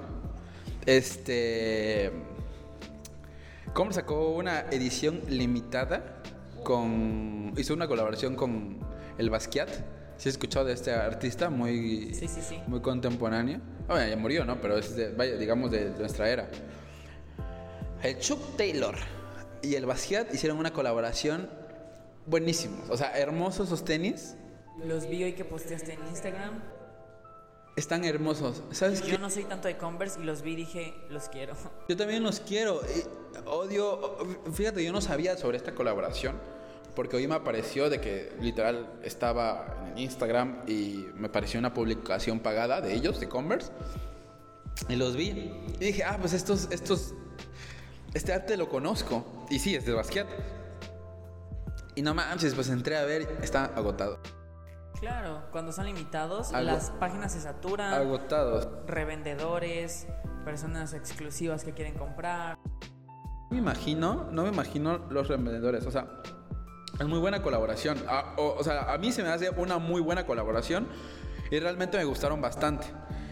Speaker 2: Converse sacó una edición limitada hizo una colaboración con el Basquiat. ¿Sí has escuchado de este artista muy,
Speaker 1: Sí.
Speaker 2: muy contemporáneo? Bueno, ya murió, ¿no? Pero es digamos de nuestra era. El Chuck Taylor y el Basquiat hicieron una colaboración buenísimos. O sea, hermosos esos tenis.
Speaker 1: Los vi hoy que posteaste en Instagram.
Speaker 2: Están hermosos. ¿Sabes qué?
Speaker 1: Yo no soy tanto de Converse y los vi y dije, los quiero.
Speaker 2: Yo también los quiero. Odio. Fíjate, yo no sabía sobre esta colaboración. Porque hoy me apareció de que literal estaba en Instagram y me apareció una publicación pagada de ellos, de Converse. Y los vi. Y dije, pues este arte lo conozco. Y sí, es de Basquiat. Y no manches, pues entré a ver, está agotado.
Speaker 1: Claro, cuando son limitados, las páginas se saturan.
Speaker 2: Agotados.
Speaker 1: Revendedores, personas exclusivas que quieren comprar.
Speaker 2: No me imagino los revendedores. O sea, es muy buena colaboración. O sea, a mí se me hace una muy buena colaboración. Y realmente me gustaron bastante.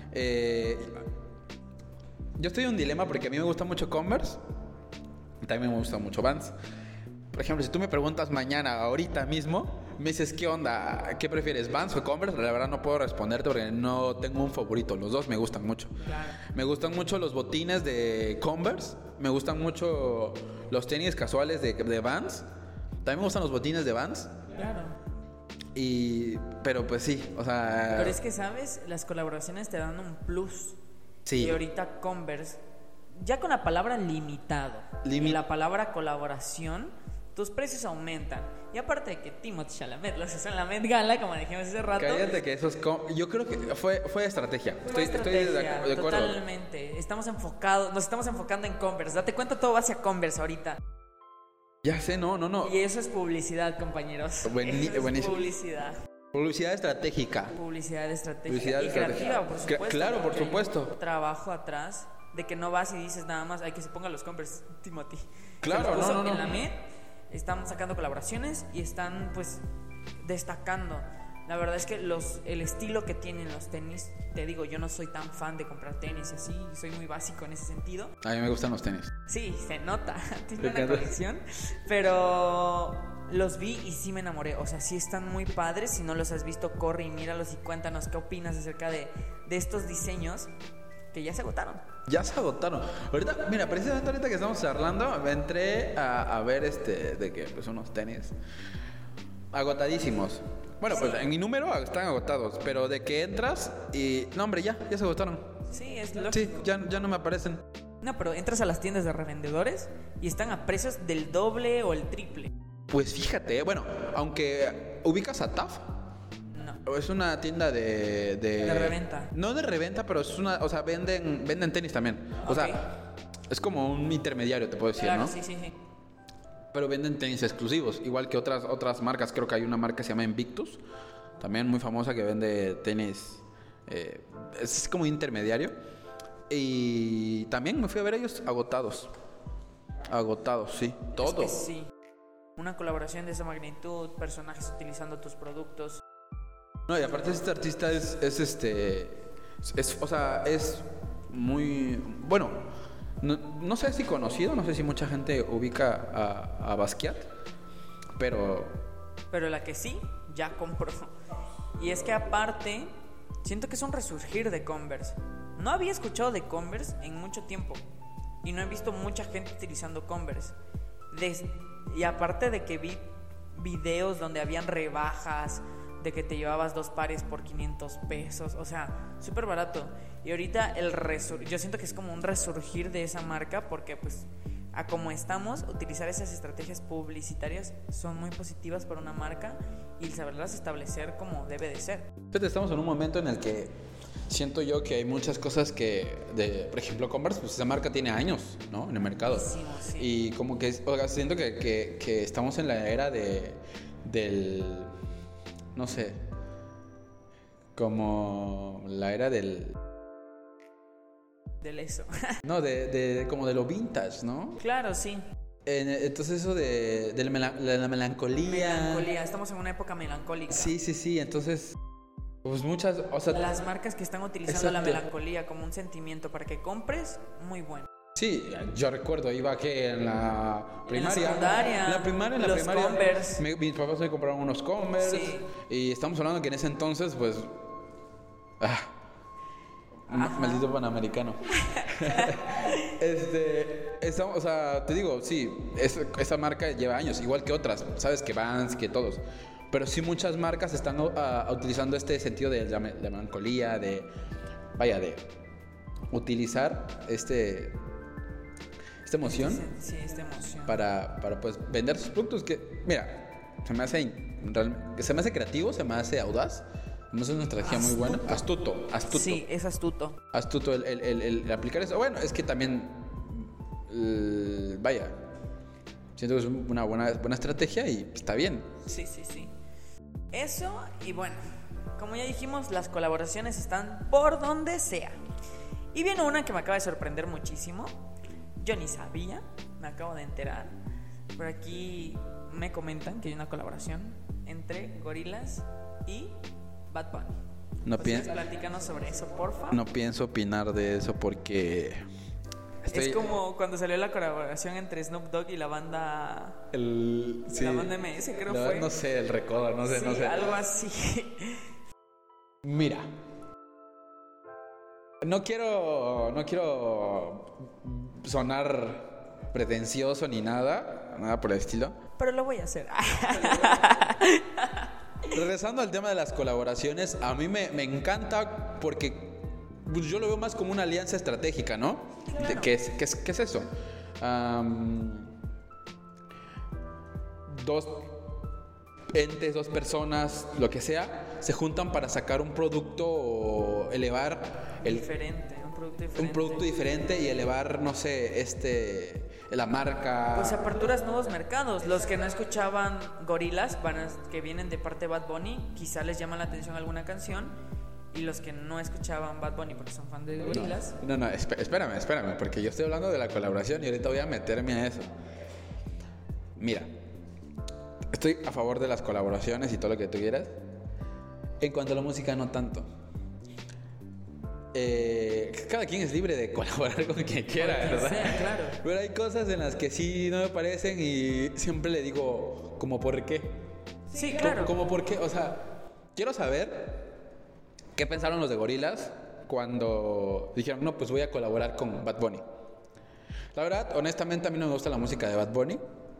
Speaker 2: Yo estoy en un dilema porque a mí me gusta mucho Converse. Y también me gusta mucho Vans. Por ejemplo, si tú me preguntas mañana, ahorita mismo, me dices, ¿qué onda? ¿Qué prefieres, Vans o Converse? La verdad no puedo responderte porque no tengo un favorito. Los dos me gustan mucho.
Speaker 1: Claro.
Speaker 2: Me gustan mucho los botines de Converse. Me gustan mucho los tenis casuales de Vans. También me gustan los botines de Vans.
Speaker 1: Claro.
Speaker 2: Pero pues sí, o sea...
Speaker 1: Pero es que, ¿sabes? Las colaboraciones te dan un plus.
Speaker 2: Sí.
Speaker 1: Y ahorita Converse, ya con la palabra limitado y la palabra colaboración, tus precios aumentan. Y aparte de que Timothée Chalamet los hizo en la Met Gala, como dijimos hace rato.
Speaker 2: Cállate que yo creo que fue estrategia. Estoy de acuerdo.
Speaker 1: Totalmente. Nos estamos enfocando en Converse. Date cuenta, todo va hacia Converse ahorita.
Speaker 2: Ya sé, no.
Speaker 1: Y eso es publicidad, compañeros.
Speaker 2: Buenísimo.
Speaker 1: Publicidad.
Speaker 2: Publicidad estratégica.
Speaker 1: Publicidad estratégica.
Speaker 2: Publicidad
Speaker 1: y
Speaker 2: estratégica.
Speaker 1: creativa, por supuesto.
Speaker 2: Claro, por
Speaker 1: porque hay
Speaker 2: supuesto.
Speaker 1: un trabajo atrás de que no vas y dices nada más, hay que se pongan los Converse, Timothy.
Speaker 2: Claro, no.
Speaker 1: En la Met están sacando colaboraciones y están pues destacando. La verdad es que el estilo que tienen los tenis, te digo, yo no soy tan fan de comprar tenis y así, soy muy básico en ese sentido.
Speaker 2: A mí me gustan los tenis.
Speaker 1: Sí, se nota, tiene una colección, pero los vi y sí me enamoré. O sea, sí están muy padres. Si no los has visto, corre y míralos y cuéntanos qué opinas acerca de estos diseños que ya se agotaron.
Speaker 2: Ya se agotaron. Ahorita, mira, precisamente ahorita que estamos charlando, entré a ver de que pues unos tenis agotadísimos. Bueno, pues en mi número están agotados, pero de que entras y... No, hombre, ya se agotaron.
Speaker 1: Sí, es lógico.
Speaker 2: Sí, ya no me aparecen.
Speaker 1: No, pero entras a las tiendas de revendedores y están a precios del doble o el triple.
Speaker 2: Pues fíjate, bueno, aunque ubicas a TAF.
Speaker 1: No.
Speaker 2: Es una tienda de
Speaker 1: reventa.
Speaker 2: No de reventa, pero es una... O sea, venden tenis también. O sea, es como un intermediario, te puedo decir,
Speaker 1: claro,
Speaker 2: ¿no?
Speaker 1: Sí.
Speaker 2: Pero venden tenis exclusivos, igual que otras marcas. Creo que hay una marca que se llama Invictus, también muy famosa, que vende tenis. Es como intermediario. Y también me fui a ver a ellos agotados. Agotados, sí. Todo.
Speaker 1: Es que sí. Una colaboración de esa magnitud, personajes utilizando tus productos.
Speaker 2: No, y aparte este artista es muy... Bueno, no sé si conocido, no sé si mucha gente ubica a Basquiat, pero
Speaker 1: la que sí, ya compró. Y es que aparte, siento que es un resurgir de Converse. No había escuchado de Converse en mucho tiempo y no he visto mucha gente utilizando Converse. Y aparte de que vi videos donde habían rebajas, de que te llevabas 2 pares por 500 pesos, o sea, súper barato. Y ahorita yo siento que es como un resurgir de esa marca, porque pues a como estamos, utilizar esas estrategias publicitarias son muy positivas para una marca y saberlas establecer como debe de ser.
Speaker 2: Estamos en un momento en el que siento yo que hay muchas cosas por ejemplo, Converse, pues esa marca tiene años, ¿no? En el mercado.
Speaker 1: Sí.
Speaker 2: Y como que, siento que estamos en la era del, no sé, como la era del
Speaker 1: eso.
Speaker 2: No, como de lo vintage, ¿no?
Speaker 1: Claro, sí.
Speaker 2: Entonces eso de la melancolía.
Speaker 1: Estamos en una época melancólica.
Speaker 2: Sí, entonces pues muchas, o sea,
Speaker 1: las marcas que están utilizando la melancolía como un sentimiento para que compres, muy bueno.
Speaker 2: Sí, yo recuerdo, iba que en la primaria,
Speaker 1: en la secundaria,
Speaker 2: en la primaria,
Speaker 1: Converse.
Speaker 2: Mis papás me compraron unos Converse,
Speaker 1: sí.
Speaker 2: Y estamos hablando que en ese entonces, pues, maldito panamericano. O sea, te digo, sí, esa marca lleva años, igual que otras, sabes, que Vans, que todos. Pero sí muchas marcas están utilizando este sentido de la melancolía, de utilizar esta emoción,
Speaker 1: esta emoción
Speaker 2: para pues vender sus productos, que mira, se me hace creativo, se me hace audaz, se me hace una estrategia muy buena. Astuto.
Speaker 1: Sí, es astuto
Speaker 2: el aplicar eso. Bueno, es que también siento que es una buena estrategia y está bien.
Speaker 1: Sí. Eso, y bueno, como ya dijimos, las colaboraciones están por donde sea. Y viene una que me acaba de sorprender muchísimo. Yo ni sabía, me acabo de enterar. Por aquí me comentan que hay una colaboración entre Gorillaz y Bad Bunny. Platícanos sobre eso, porfa.
Speaker 2: No pienso opinar de eso porque
Speaker 1: es como cuando salió la colaboración entre Snoop Dogg y la banda la banda MS, creo fue.
Speaker 2: No sé, el Recodo, no sé.
Speaker 1: Algo así.
Speaker 2: Mira, no quiero sonar pretencioso ni nada por el estilo.
Speaker 1: Pero lo voy a hacer.
Speaker 2: Regresando al tema de las colaboraciones, a mí me encanta porque pues yo lo veo más como una alianza estratégica, ¿no?
Speaker 1: Claro.
Speaker 2: ¿Qué es eso? Dos entes, 2 personas, lo que sea, se juntan para sacar un producto o elevar un producto diferente y elevar, no sé, la marca.
Speaker 1: Pues aperturas nuevos mercados. Los que no escuchaban Gorillaz, que vienen de parte de Bad Bunny, quizá les llama la atención alguna canción. Y los que no escuchaban Bad Bunny porque son fan de Gorillaz.
Speaker 2: No, espérame, porque yo estoy hablando de la colaboración y ahorita voy a meterme a eso. Mira, estoy a favor de las colaboraciones y todo lo que tú quieras. En cuanto a la música, no tanto. Cada quien es libre de colaborar con quien quiera, ¿verdad?
Speaker 1: Sea, claro.
Speaker 2: Pero hay cosas en las que sí no me parecen y siempre le digo, ¿como por qué?
Speaker 1: Sí, claro.
Speaker 2: ¿Como por qué? O sea, quiero saber qué pensaron los de Gorillaz cuando dijeron, no, pues voy a colaborar con Bad Bunny. La verdad, honestamente, a mí no me gusta la música de Bad Bunny.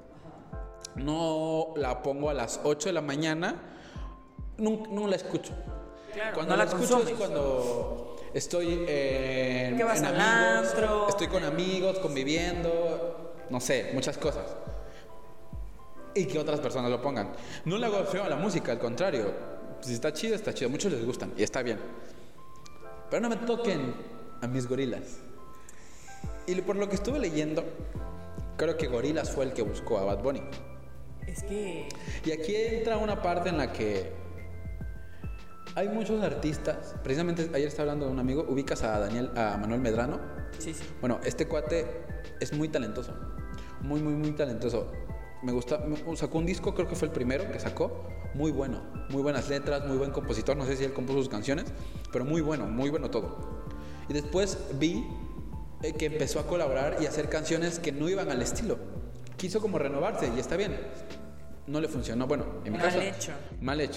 Speaker 2: No la pongo a las 8 de la mañana. No la escucho.
Speaker 1: Claro,
Speaker 2: cuando la escucho es cuando estoy
Speaker 1: ¿qué vas al
Speaker 2: amigos,
Speaker 1: antro?
Speaker 2: estoy con amigos, conviviendo, no sé, muchas cosas. Y que otras personas lo pongan. No le hago feo a la música, al contrario. Si está chido, está chido. Muchos les gustan y está bien. Pero no me toquen a mis Gorillaz. Y por lo que estuve leyendo, creo que Gorillaz fue el que buscó a Bad Bunny.
Speaker 1: Es que...
Speaker 2: Y aquí entra una parte en la que hay muchos artistas. Precisamente ayer estaba hablando de un amigo. ¿Ubicas a Manuel Medrano?
Speaker 1: Sí.
Speaker 2: Bueno, este cuate es muy talentoso. Muy, muy, muy talentoso. Me gusta. Sacó un disco, creo que fue el primero que sacó. Muy bueno. Muy buenas letras, muy buen compositor. No sé si él compuso sus canciones, pero muy bueno todo. Y después vi que empezó a colaborar y hacer canciones que no iban al estilo. Quiso como renovarse y está bien. No le funcionó. Bueno, en mi caso, mal hecho.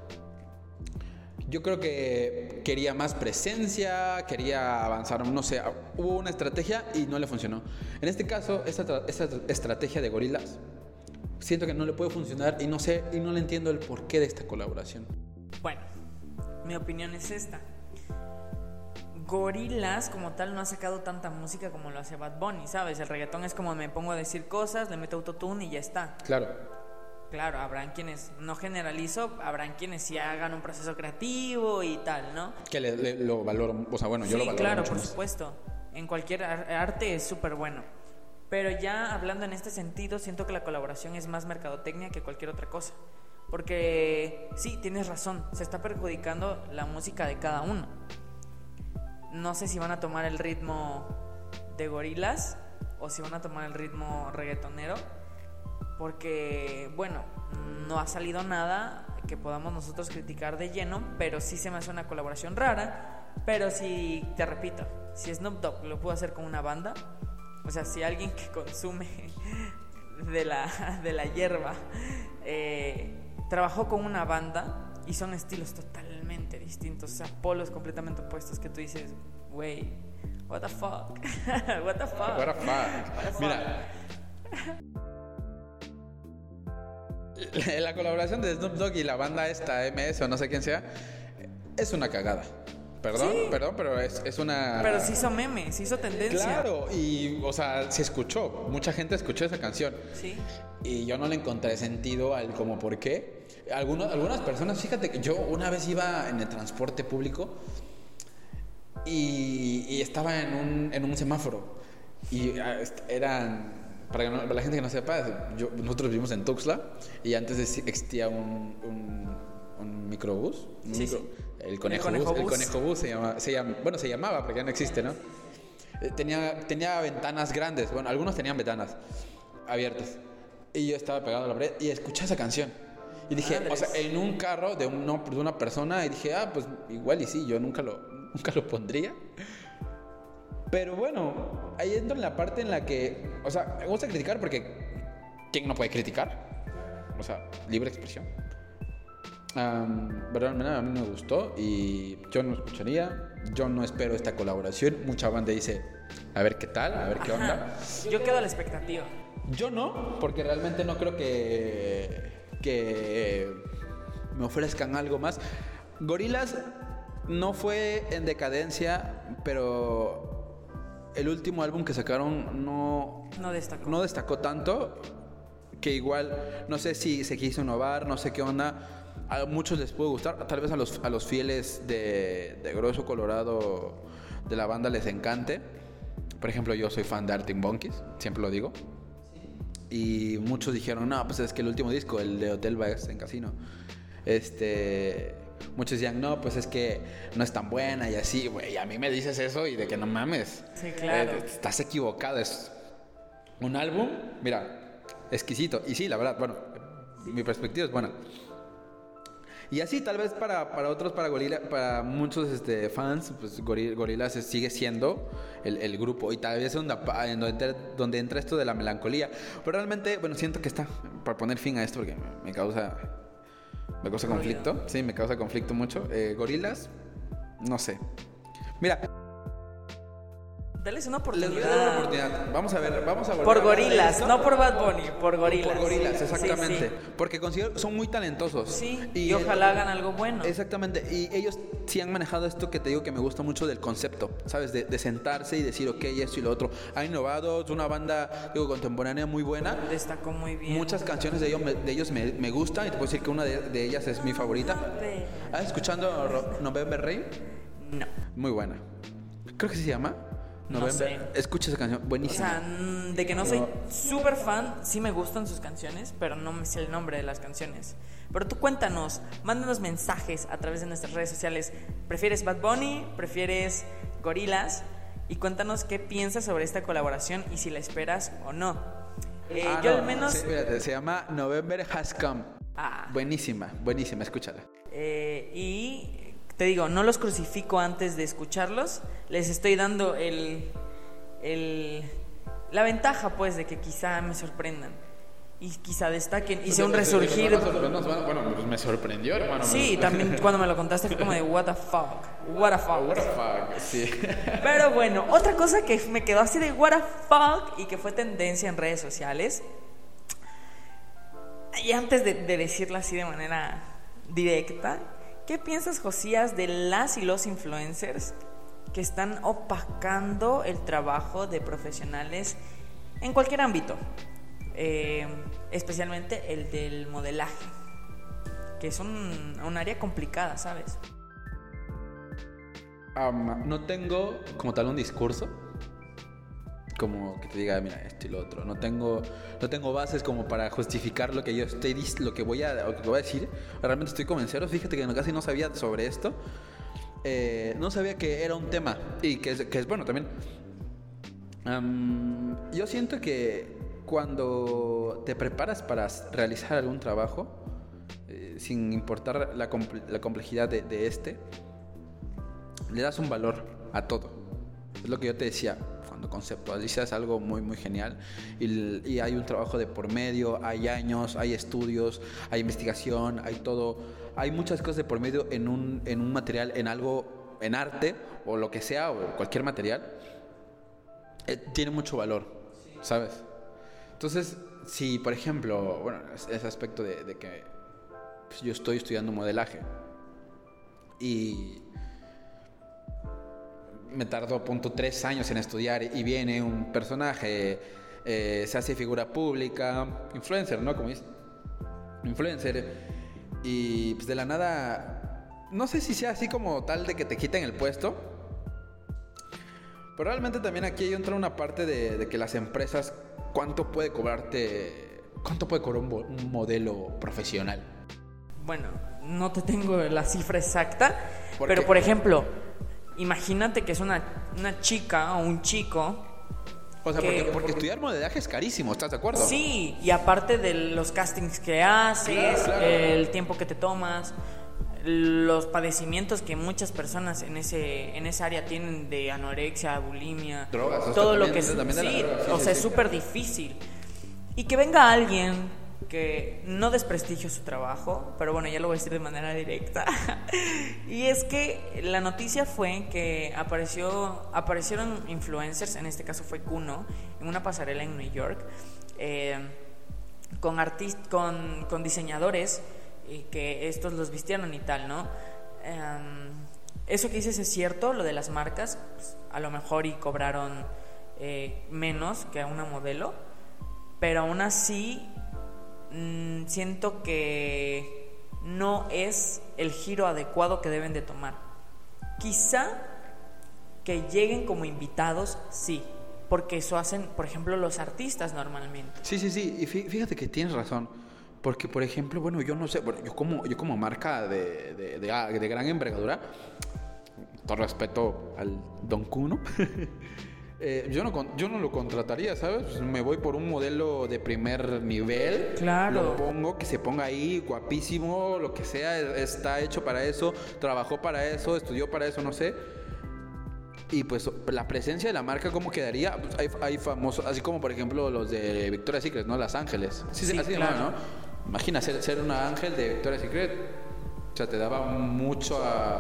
Speaker 2: Yo creo que quería más presencia, quería avanzar, no sé, hubo una estrategia y no le funcionó. En este caso, esta estrategia de Gorillaz, siento que no le puede funcionar y no sé, y no le entiendo el porqué de esta colaboración.
Speaker 1: Bueno, mi opinión es esta. Gorillaz como tal no ha sacado tanta música como lo hace Bad Bunny, ¿sabes? El reggaetón es como me pongo a decir cosas, le meto autotune y ya está. Claro, habrán quienes, no generalizo, habrán quienes sí hagan un proceso creativo y tal, ¿no?
Speaker 2: Que lo valoro, o sea, bueno, yo lo valoro
Speaker 1: claro,
Speaker 2: mucho
Speaker 1: por
Speaker 2: más.
Speaker 1: Supuesto. En cualquier arte es súper bueno. Pero ya hablando en este sentido, siento que la colaboración es más mercadotecnia que cualquier otra cosa. Porque sí, tienes razón, se está perjudicando la música de cada uno. No sé si van a tomar el ritmo de Gorillaz o si van a tomar el ritmo reggaetonero. Porque, bueno, no ha salido nada que podamos nosotros criticar de lleno, pero sí se me hace una colaboración rara. Pero si, te repito, si Snoop Dogg lo pudo hacer con una banda, o sea, si alguien que consume de la hierba trabajó con una banda y son estilos totalmente distintos, o sea, polos completamente opuestos que tú dices, güey, what the fuck, what the fuck,
Speaker 2: what the fuck. Mira, la colaboración de Snoop Dogg y la banda esta MS o no sé quién sea es una cagada. Perdón, pero es una...
Speaker 1: Pero se hizo meme, se hizo tendencia.
Speaker 2: Claro, y, o sea, se escuchó. Mucha gente escuchó esa canción.
Speaker 1: Sí.
Speaker 2: Y yo no le encontré sentido al como por qué. Algunas personas, fíjate que yo una vez iba en el transporte público y estaba en un semáforo. Y eran... Para la gente que no sepa, nosotros vivimos en Tuxtla y antes existía un microbús. El conejo bus se llamaba porque ya no existe, ¿no? Tenía ventanas grandes, bueno, algunos tenían ventanas abiertas. Y yo estaba pegado a la pared y escuché esa canción. Y dije, o sea, en un carro de una persona, y dije, pues igual y sí, yo nunca lo pondría. Pero bueno, ahí entro en la parte en la que, o sea, me gusta criticar porque ¿quién no puede criticar? O sea, libre expresión. Pero a mí me gustó y yo no escucharía, yo no espero esta colaboración. Mucha banda dice, a ver qué tal, a ver qué onda.
Speaker 1: Yo quedo a la expectativa.
Speaker 2: Yo no, porque realmente no creo que me ofrezcan algo más. Gorillaz no fue en decadencia, pero el último álbum que sacaron no destacó tanto, que igual no sé si se quiso innovar, no sé qué onda. A muchos les puede gustar, tal vez a los fieles de Grueso Colorado de la banda les encante. Por ejemplo, yo soy fan de Arctic Monkeys, siempre lo digo. Y muchos dijeron, no, pues es que el último disco, el de Hotel Baez en Casino, muchos decían, no, pues es que no es tan buena y así, güey. A mí me dices eso y de que no mames.
Speaker 1: Sí, claro.
Speaker 2: Estás equivocado. Es un álbum, mira, exquisito. Y sí, la verdad, bueno, mi perspectiva es buena. Y así, tal vez para otros, para muchos fans, pues Gorillaz sigue siendo el grupo. Y tal vez es donde entra esto de la melancolía. Pero realmente, bueno, siento que está para poner fin a esto porque me causa conflicto. Sí, me causa conflicto mucho. Gorillaz, no sé. Mira,
Speaker 1: dales una oportunidad.
Speaker 2: Les voy a dar una oportunidad. Vamos a ver.
Speaker 1: Por Gorillaz, no por Bad Bunny, por Gorillaz.
Speaker 2: Por Gorillaz, exactamente.
Speaker 1: Sí.
Speaker 2: Porque considero son muy talentosos.
Speaker 1: Sí, y ojalá hagan algo bueno.
Speaker 2: Exactamente. Y ellos sí han manejado esto que te digo que me gusta mucho del concepto, ¿sabes? De sentarse y decir, ok, esto y lo otro. Han innovado, es una banda, contemporánea muy buena.
Speaker 1: Destacó muy bien.
Speaker 2: Muchas canciones de ellos me gustan y te puedo decir que una de ellas es mi favorita. ¿Has escuchado November Rain?
Speaker 1: No.
Speaker 2: Muy buena. Creo que se llama November.
Speaker 1: No sé.
Speaker 2: Escucha esa canción, buenísima.
Speaker 1: O sea, de que no soy súper fan, sí me gustan sus canciones, pero no me sé el nombre de las canciones. Pero tú cuéntanos, mándanos mensajes a través de nuestras redes sociales. ¿Prefieres Bad Bunny? ¿Prefieres Gorillaz? Y cuéntanos qué piensas sobre esta colaboración y si la esperas o no. Yo al menos...
Speaker 2: Sí, fíjate, se llama November Has Come. Buenísima, escúchala.
Speaker 1: Y te digo, no los crucifico antes de escucharlos. Les estoy dando la ventaja, pues, de que quizá me sorprendan y quizá destaquen y sea un resurgir.
Speaker 2: Bueno, pues me sorprendió, hermano.
Speaker 1: Sí, también cuando me lo contaste fue como de what the fuck,
Speaker 2: sí.
Speaker 1: Pero bueno, otra cosa que me quedó así de what the fuck y que fue tendencia en redes sociales, y antes de decirlo así de manera directa, ¿qué piensas, Josías, de las y los influencers que están opacando el trabajo de profesionales en cualquier ámbito? Especialmente el del modelaje, que es un área complicada, ¿sabes?
Speaker 2: No tengo como tal un discurso como que te diga, mira, esto y lo otro. No tengo bases como para justificar lo que yo lo que voy a decir. Realmente estoy convencido. Fíjate que casi no sabía sobre esto. No sabía que era un tema y que es bueno también. Yo siento que cuando te preparas para realizar algún trabajo, sin importar la complejidad de este, le das un valor a todo. Es lo que yo te decía, cuando conceptualizas algo muy, muy genial y hay un trabajo de por medio, hay años, hay estudios, hay investigación, hay todo, hay muchas cosas de por medio en un material, en algo, en arte o lo que sea, o cualquier material, tiene mucho valor, ¿sabes? Entonces, si por ejemplo, bueno, ese aspecto de que pues, yo estoy estudiando modelaje y me tardó 3 años en estudiar y viene un personaje, se hace figura pública, influencer, ¿no? Como dice, influencer, y pues de la nada, no sé si sea así como tal de que te quiten el puesto, pero realmente también aquí entra una parte de que las empresas, ¿cuánto puede cobrar un modelo profesional?
Speaker 1: Bueno, no te tengo la cifra exacta, pero por ejemplo, imagínate que es una chica o un chico.
Speaker 2: O sea, porque estudiar modelaje es carísimo, ¿estás de acuerdo?
Speaker 1: Sí, y aparte de los castings que haces, claro. El tiempo que te tomas, los padecimientos que muchas personas en esa área tienen de anorexia, bulimia,
Speaker 2: drogas,
Speaker 1: todo lo
Speaker 2: también,
Speaker 1: que
Speaker 2: también
Speaker 1: sí,
Speaker 2: de la droga,
Speaker 1: o sea, es súper difícil. Y que venga alguien que no desprestigio su trabajo, pero bueno, ya lo voy a decir de manera directa. Y es que la noticia fue que aparecieron influencers, en este caso fue Kuno, en una pasarela en New York, con diseñadores, y que estos los vistieron y tal, ¿no? Eso que dices es cierto, lo de las marcas, pues, a lo mejor y cobraron menos que a una modelo, pero aún así siento que no es el giro adecuado que deben de tomar. Quizá que lleguen como invitados, sí, porque eso hacen, por ejemplo, los artistas normalmente.
Speaker 2: Sí, y fíjate que tienes razón, porque por ejemplo, bueno, yo no sé, yo como marca de gran envergadura, todo respeto al Don Kuno, yo no lo contrataría, ¿sabes? Me voy por un modelo de primer nivel.
Speaker 1: Claro.
Speaker 2: Lo pongo, que se ponga ahí, guapísimo, lo que sea, está hecho para eso, trabajó para eso, estudió para eso, no sé. Y pues la presencia de la marca, ¿cómo quedaría? Pues hay famosos, así como por ejemplo los de Victoria's Secret, ¿no? Las Ángeles. Sí, así claro. ¿No? Imagina ser una ángel de Victoria's Secret. O sea, te daba mucho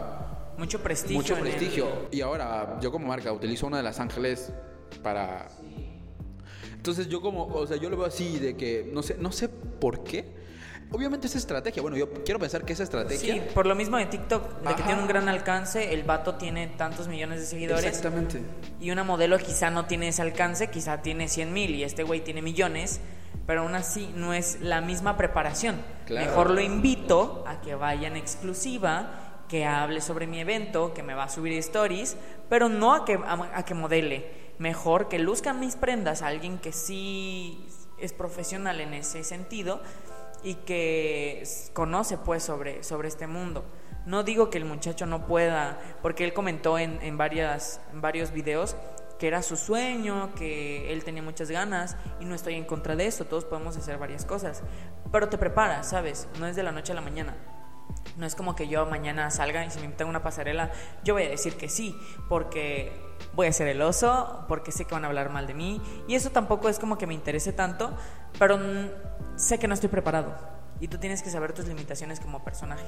Speaker 2: prestigio. Y ahora, yo como marca utilizo una de las Ángeles para... Entonces yo yo lo veo así de que no sé por qué. Obviamente es estrategia. Bueno, yo quiero pensar que es estrategia.
Speaker 1: Sí, por lo mismo de TikTok, de que tiene un gran alcance, el vato tiene tantos millones de seguidores.
Speaker 2: Exactamente.
Speaker 1: Y una modelo quizá no tiene ese alcance, quizá tiene 100,000 y este güey tiene millones, pero aún así no es la misma preparación. Claro. Mejor lo invito a que vaya en exclusiva, que hable sobre mi evento, que me va a subir stories, pero no a que modele. Mejor que luzcan mis prendas a alguien que sí es profesional en ese sentido y que conoce pues sobre este mundo. No digo que el muchacho no pueda, porque él comentó en varios videos que era su sueño, que él tenía muchas ganas, y no estoy en contra de eso, todos podemos hacer varias cosas, pero te preparas, ¿sabes? No es de la noche a la mañana. No es como que yo mañana salga y si me invitan a una pasarela, yo voy a decir que sí, porque voy a ser el oso, porque sé que van a hablar mal de mí. Y eso tampoco es como que me interese tanto, pero sé que no estoy preparado. Y tú tienes que saber tus limitaciones como personaje.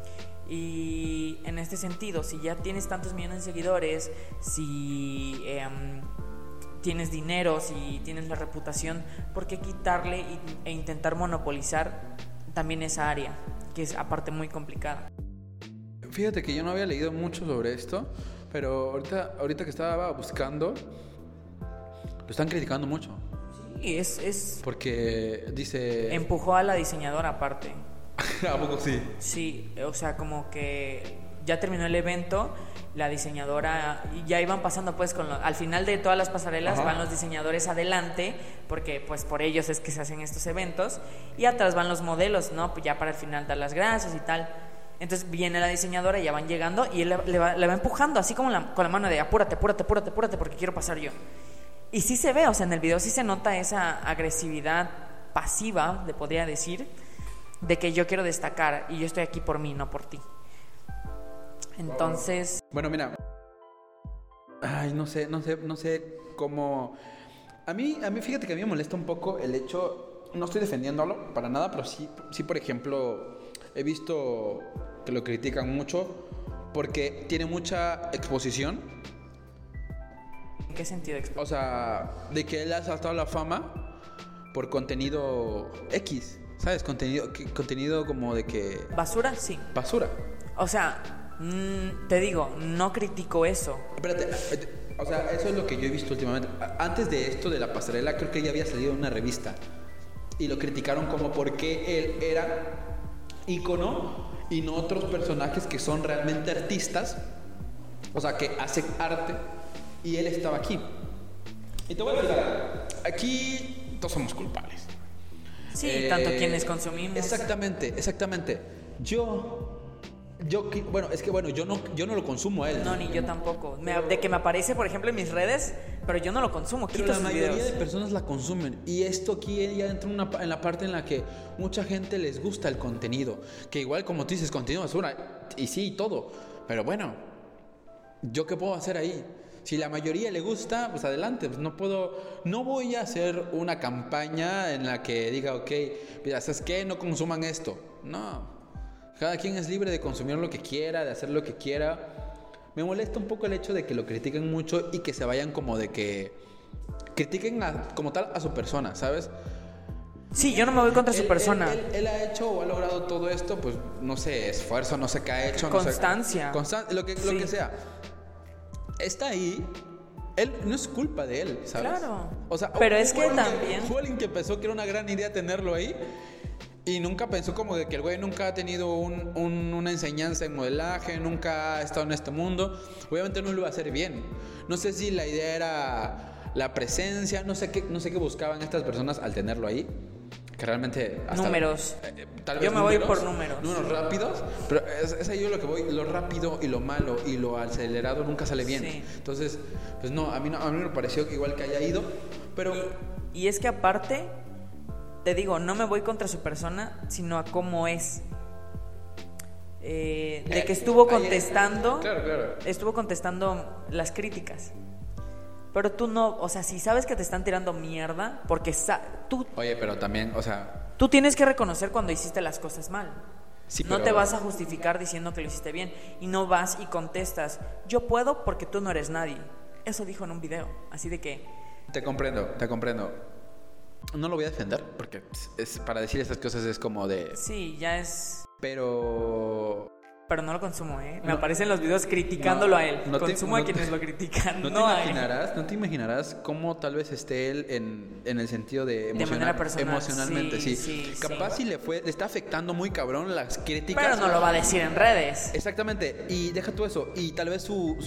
Speaker 1: Y en este sentido, si ya tienes tantos millones de seguidores, si tienes dinero, si tienes la reputación, ¿por qué quitarle e intentar monopolizar también esa área, que es aparte muy complicada?
Speaker 2: Fíjate que yo no había leído mucho sobre esto, pero ahorita que estaba buscando, lo están criticando mucho.
Speaker 1: Sí, es
Speaker 2: porque dice...
Speaker 1: Empujó a la diseñadora aparte.
Speaker 2: ¿A poco sí?
Speaker 1: Sí, o sea, como que ya terminó el evento, la diseñadora, y ya iban pasando pues al final de todas las pasarelas. Ajá. Van los diseñadores adelante, porque pues por ellos es que se hacen estos eventos, y atrás van los modelos, ¿no? Pues ya para el final dar las gracias y tal. Entonces viene la diseñadora, ya van llegando, y él le va empujando, así como con la mano de apúrate, porque quiero pasar yo. Y sí se ve, o sea, en el video sí se nota esa agresividad pasiva, le podría decir, de que yo quiero destacar y yo estoy aquí por mí, no por ti. Entonces...
Speaker 2: Bueno, mira. Ay, no sé cómo... A mí, fíjate que a mí me molesta un poco el hecho... No estoy defendiéndolo para nada, pero sí, por ejemplo, he visto que lo critican mucho porque tiene mucha exposición.
Speaker 1: ¿En qué sentido exposición?
Speaker 2: O sea, de que él ha saltado la fama por contenido X. ¿Sabes? Contenido como de que...
Speaker 1: ¿Basura? Sí.
Speaker 2: Basura.
Speaker 1: O sea, te digo, no critico eso.
Speaker 2: Espérate, o sea, eso es lo que yo he visto últimamente. Antes de esto de la pasarela, creo que ya había salido en una revista. Y lo criticaron como porque él era ícono y no otros personajes que son realmente artistas. O sea, que hacen arte. Y él estaba aquí. Y te voy a decir algo. Aquí todos somos culpables.
Speaker 1: Sí, tanto quienes consumimos.
Speaker 2: Exactamente. Yo no lo consumo a él.
Speaker 1: No, ni yo tampoco. De que me aparece, por ejemplo, en mis redes, pero yo no lo consumo.
Speaker 2: Pero la mayoría de personas la consumen. Y esto aquí ya entra en la parte en la que mucha gente les gusta el contenido. Que igual, como tú dices, contenido basura. Y sí, todo. Pero bueno, ¿yo qué puedo hacer ahí? Si la mayoría le gusta, pues adelante. Pues no voy a hacer una campaña en la que diga, ok, mira, ¿sabes qué? No consuman esto. No. Cada quien es libre de consumir lo que quiera, de hacer lo que quiera. Me molesta un poco el hecho de que lo critiquen mucho y que se vayan como de que... Critiquen como tal a su persona, ¿sabes?
Speaker 1: Sí, yo no me voy contra su persona.
Speaker 2: Él ha hecho o ha logrado todo esto, pues no sé, esfuerzo, no sé qué ha hecho.
Speaker 1: Constancia.
Speaker 2: Lo que sea. Está ahí, no es culpa de él, ¿sabes?
Speaker 1: Claro.
Speaker 2: O sea,
Speaker 1: pero es que también...
Speaker 2: Fue alguien que pensó que era una gran idea tenerlo ahí y nunca pensó como de que el güey nunca ha tenido una enseñanza en modelaje, nunca ha estado en este mundo. Obviamente no lo iba a hacer bien. No sé si la idea era la presencia, no sé qué buscaban estas personas al tenerlo ahí. Que realmente...
Speaker 1: Números.
Speaker 2: Tal vez
Speaker 1: yo me voy por números.
Speaker 2: Números rápidos. Pero es ahí lo que voy. Lo rápido y lo malo y lo acelerado nunca sale bien. Sí. Entonces, pues no, a mí me pareció igual que haya ido. Pero...
Speaker 1: Y es que aparte, te digo, no me voy contra su persona, sino a cómo es. De que estuvo contestando...
Speaker 2: Claro.
Speaker 1: Estuvo contestando las críticas. Pero tú no, o sea, si sabes que te están tirando mierda, porque tú...
Speaker 2: Oye, pero también, o sea...
Speaker 1: Tú tienes que reconocer cuando hiciste las cosas mal.
Speaker 2: Sí,
Speaker 1: no te vas a justificar diciendo que lo hiciste bien. Y no vas y contestas, yo puedo porque tú no eres nadie. Eso dijo en un video, así de que...
Speaker 2: Te comprendo. No lo voy a defender, porque para decir esas cosas es como de...
Speaker 1: Sí, ya es...
Speaker 2: Pero
Speaker 1: no lo consumo, ¿eh? Me aparecen los videos criticándolo a él. Consumo a quienes lo critican.
Speaker 2: ¿No te imaginarás cómo tal vez esté él en el sentido de
Speaker 1: manera personal,
Speaker 2: emocionalmente? Sí. Capaz si le está afectando muy cabrón las críticas.
Speaker 1: Pero no lo va a decir en redes.
Speaker 2: Exactamente. Y deja tú eso. Y tal vez en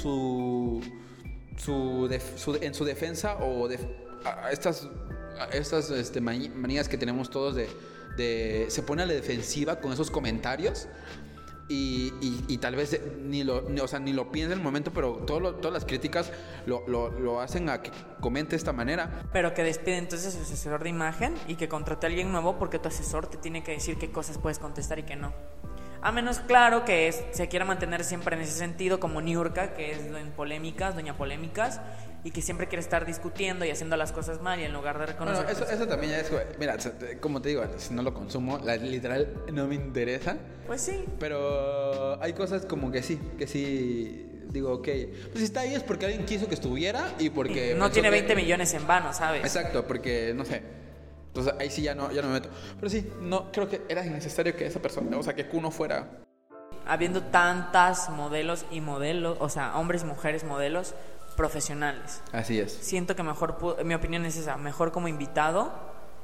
Speaker 2: su defensa o estas manías que tenemos todos de se pone a la defensiva con esos comentarios. Y tal vez ni lo piensa en el momento, pero todas las críticas lo hacen a que comente de esta manera.
Speaker 1: Pero que despide entonces a su asesor de imagen y que contrate a alguien nuevo, porque tu asesor te tiene que decir qué cosas puedes contestar y qué no. A menos, claro, que se quiera mantener siempre en ese sentido, como Niurka, que es en polémicas, doña polémicas, y que siempre quiere estar discutiendo y haciendo las cosas mal, y en lugar de reconocer...
Speaker 2: Bueno, eso también ya es... Mira, como te digo, si no lo consumo, literal no me interesa.
Speaker 1: Pues sí.
Speaker 2: Pero hay cosas como que sí... Digo, ok, pues si está ahí es porque alguien quiso que estuviera y porque...
Speaker 1: No tiene 20 millones en vano, ¿sabes?
Speaker 2: Exacto, porque, no sé... Entonces ahí sí ya no me meto. Pero sí, no, creo que era innecesario que esa persona, o sea, que Kuno fuera...
Speaker 1: Habiendo tantas modelos y modelos, o sea, hombres y mujeres modelos profesionales.
Speaker 2: Así es.
Speaker 1: Siento que mejor, mi opinión es esa, mejor como invitado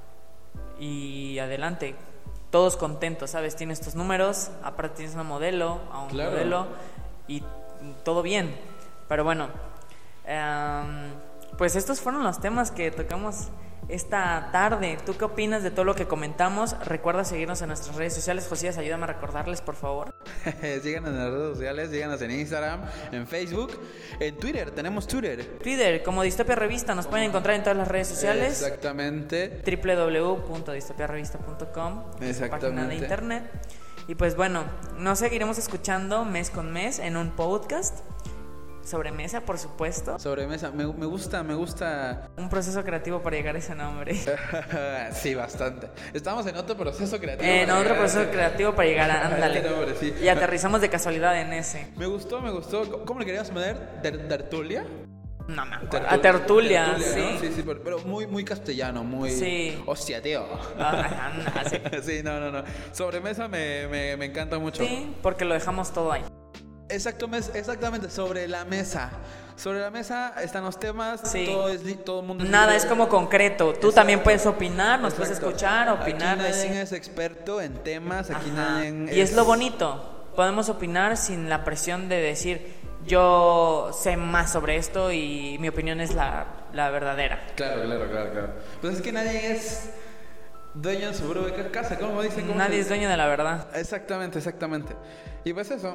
Speaker 1: y adelante. Todos contentos, ¿sabes? Tienes tus números, aparte tienes una modelo, a un modelo y todo bien. Pero bueno, pues estos fueron los temas que tocamos esta tarde. ¿Tú qué opinas de todo lo que comentamos? Recuerda seguirnos en nuestras redes sociales. Josías, ayúdame a recordarles, por favor.
Speaker 2: Síganos en las redes sociales, síganos en Instagram, en Facebook, en Twitter, tenemos Twitter
Speaker 1: Como Distopia Revista, nos pueden encontrar en todas las redes sociales.
Speaker 2: Exactamente.
Speaker 1: www.distopiarevista.com, nuestra página de internet. Y pues bueno, nos seguiremos escuchando mes con mes en un podcast. Sobremesa, por supuesto.
Speaker 2: Sobremesa, me gusta.
Speaker 1: Un proceso creativo para llegar a ese nombre.
Speaker 2: Sí, bastante. Estamos en otro proceso creativo.
Speaker 1: En otro proceso creativo para llegar a... Ándale.
Speaker 2: Nombre, sí.
Speaker 1: Y aterrizamos de casualidad en ese.
Speaker 2: Me gustó. ¿Cómo le queríamos poner? ¿Tertulia?
Speaker 1: No me acuerdo. A tertulia, sí.
Speaker 2: ¿No? Sí, pero muy castellano, muy...
Speaker 1: Sí.
Speaker 2: Hostia, tío.
Speaker 1: Sí.
Speaker 2: Sí, no. Sobremesa me encanta mucho.
Speaker 1: Sí, porque lo dejamos todo ahí.
Speaker 2: Exactamente, sobre la mesa. Sobre la mesa están los temas,
Speaker 1: sí.
Speaker 2: Todo el mundo...
Speaker 1: Nada es como concreto. Tú también puedes opinar, nos puedes escuchar, opinar.
Speaker 2: Aquí nadie es experto en temas, aquí nadie
Speaker 1: Y es lo bonito. Podemos opinar sin la presión de decir, yo sé más sobre esto y mi opinión es la verdadera.
Speaker 2: Claro. Pues es que nadie es dueño de su propia casa, ¿cómo dicen?
Speaker 1: Nadie es dueño de la verdad.
Speaker 2: Exactamente. Y pues eso,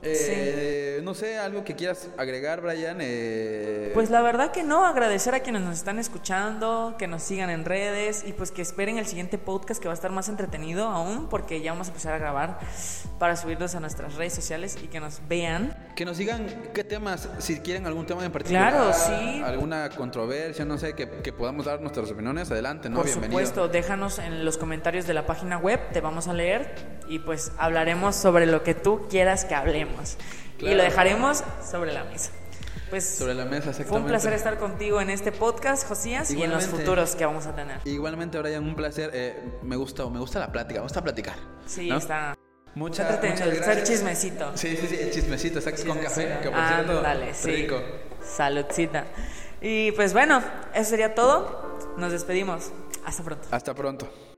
Speaker 1: sí.
Speaker 2: No sé, algo que quieras agregar, Brian.
Speaker 1: Pues la verdad que no, agradecer a quienes nos están escuchando, que nos sigan en redes y pues que esperen el siguiente podcast que va a estar más entretenido aún, porque ya vamos a empezar a grabar para subirlos a nuestras redes sociales y que nos vean.
Speaker 2: Que nos digan qué temas, si quieren algún tema en particular.
Speaker 1: Claro, sí.
Speaker 2: Alguna controversia, no sé, que podamos dar nuestras opiniones, adelante, ¿no?
Speaker 1: Por
Speaker 2: Bienvenido.
Speaker 1: supuesto, déjanos en los comentarios de la página web, te vamos a leer y pues hablaremos sobre lo que tú quieras que hablemos. Claro. Y lo dejaremos sobre la mesa. Pues
Speaker 2: sobre la mesa, exactamente.
Speaker 1: Fue un placer estar contigo en este podcast, Josías, y en los futuros que vamos a tener.
Speaker 2: Igualmente, Brian, un placer. Me gusta la plática, me gusta platicar.
Speaker 1: Sí,
Speaker 2: ¿no?
Speaker 1: Está
Speaker 2: muchas gracias.
Speaker 1: El chismecito.
Speaker 2: Sí, el chismecito, exacto, con café, que por cierto, rico.
Speaker 1: Saludcita. Y pues bueno, eso sería todo. Nos despedimos. Hasta pronto.
Speaker 2: Hasta pronto.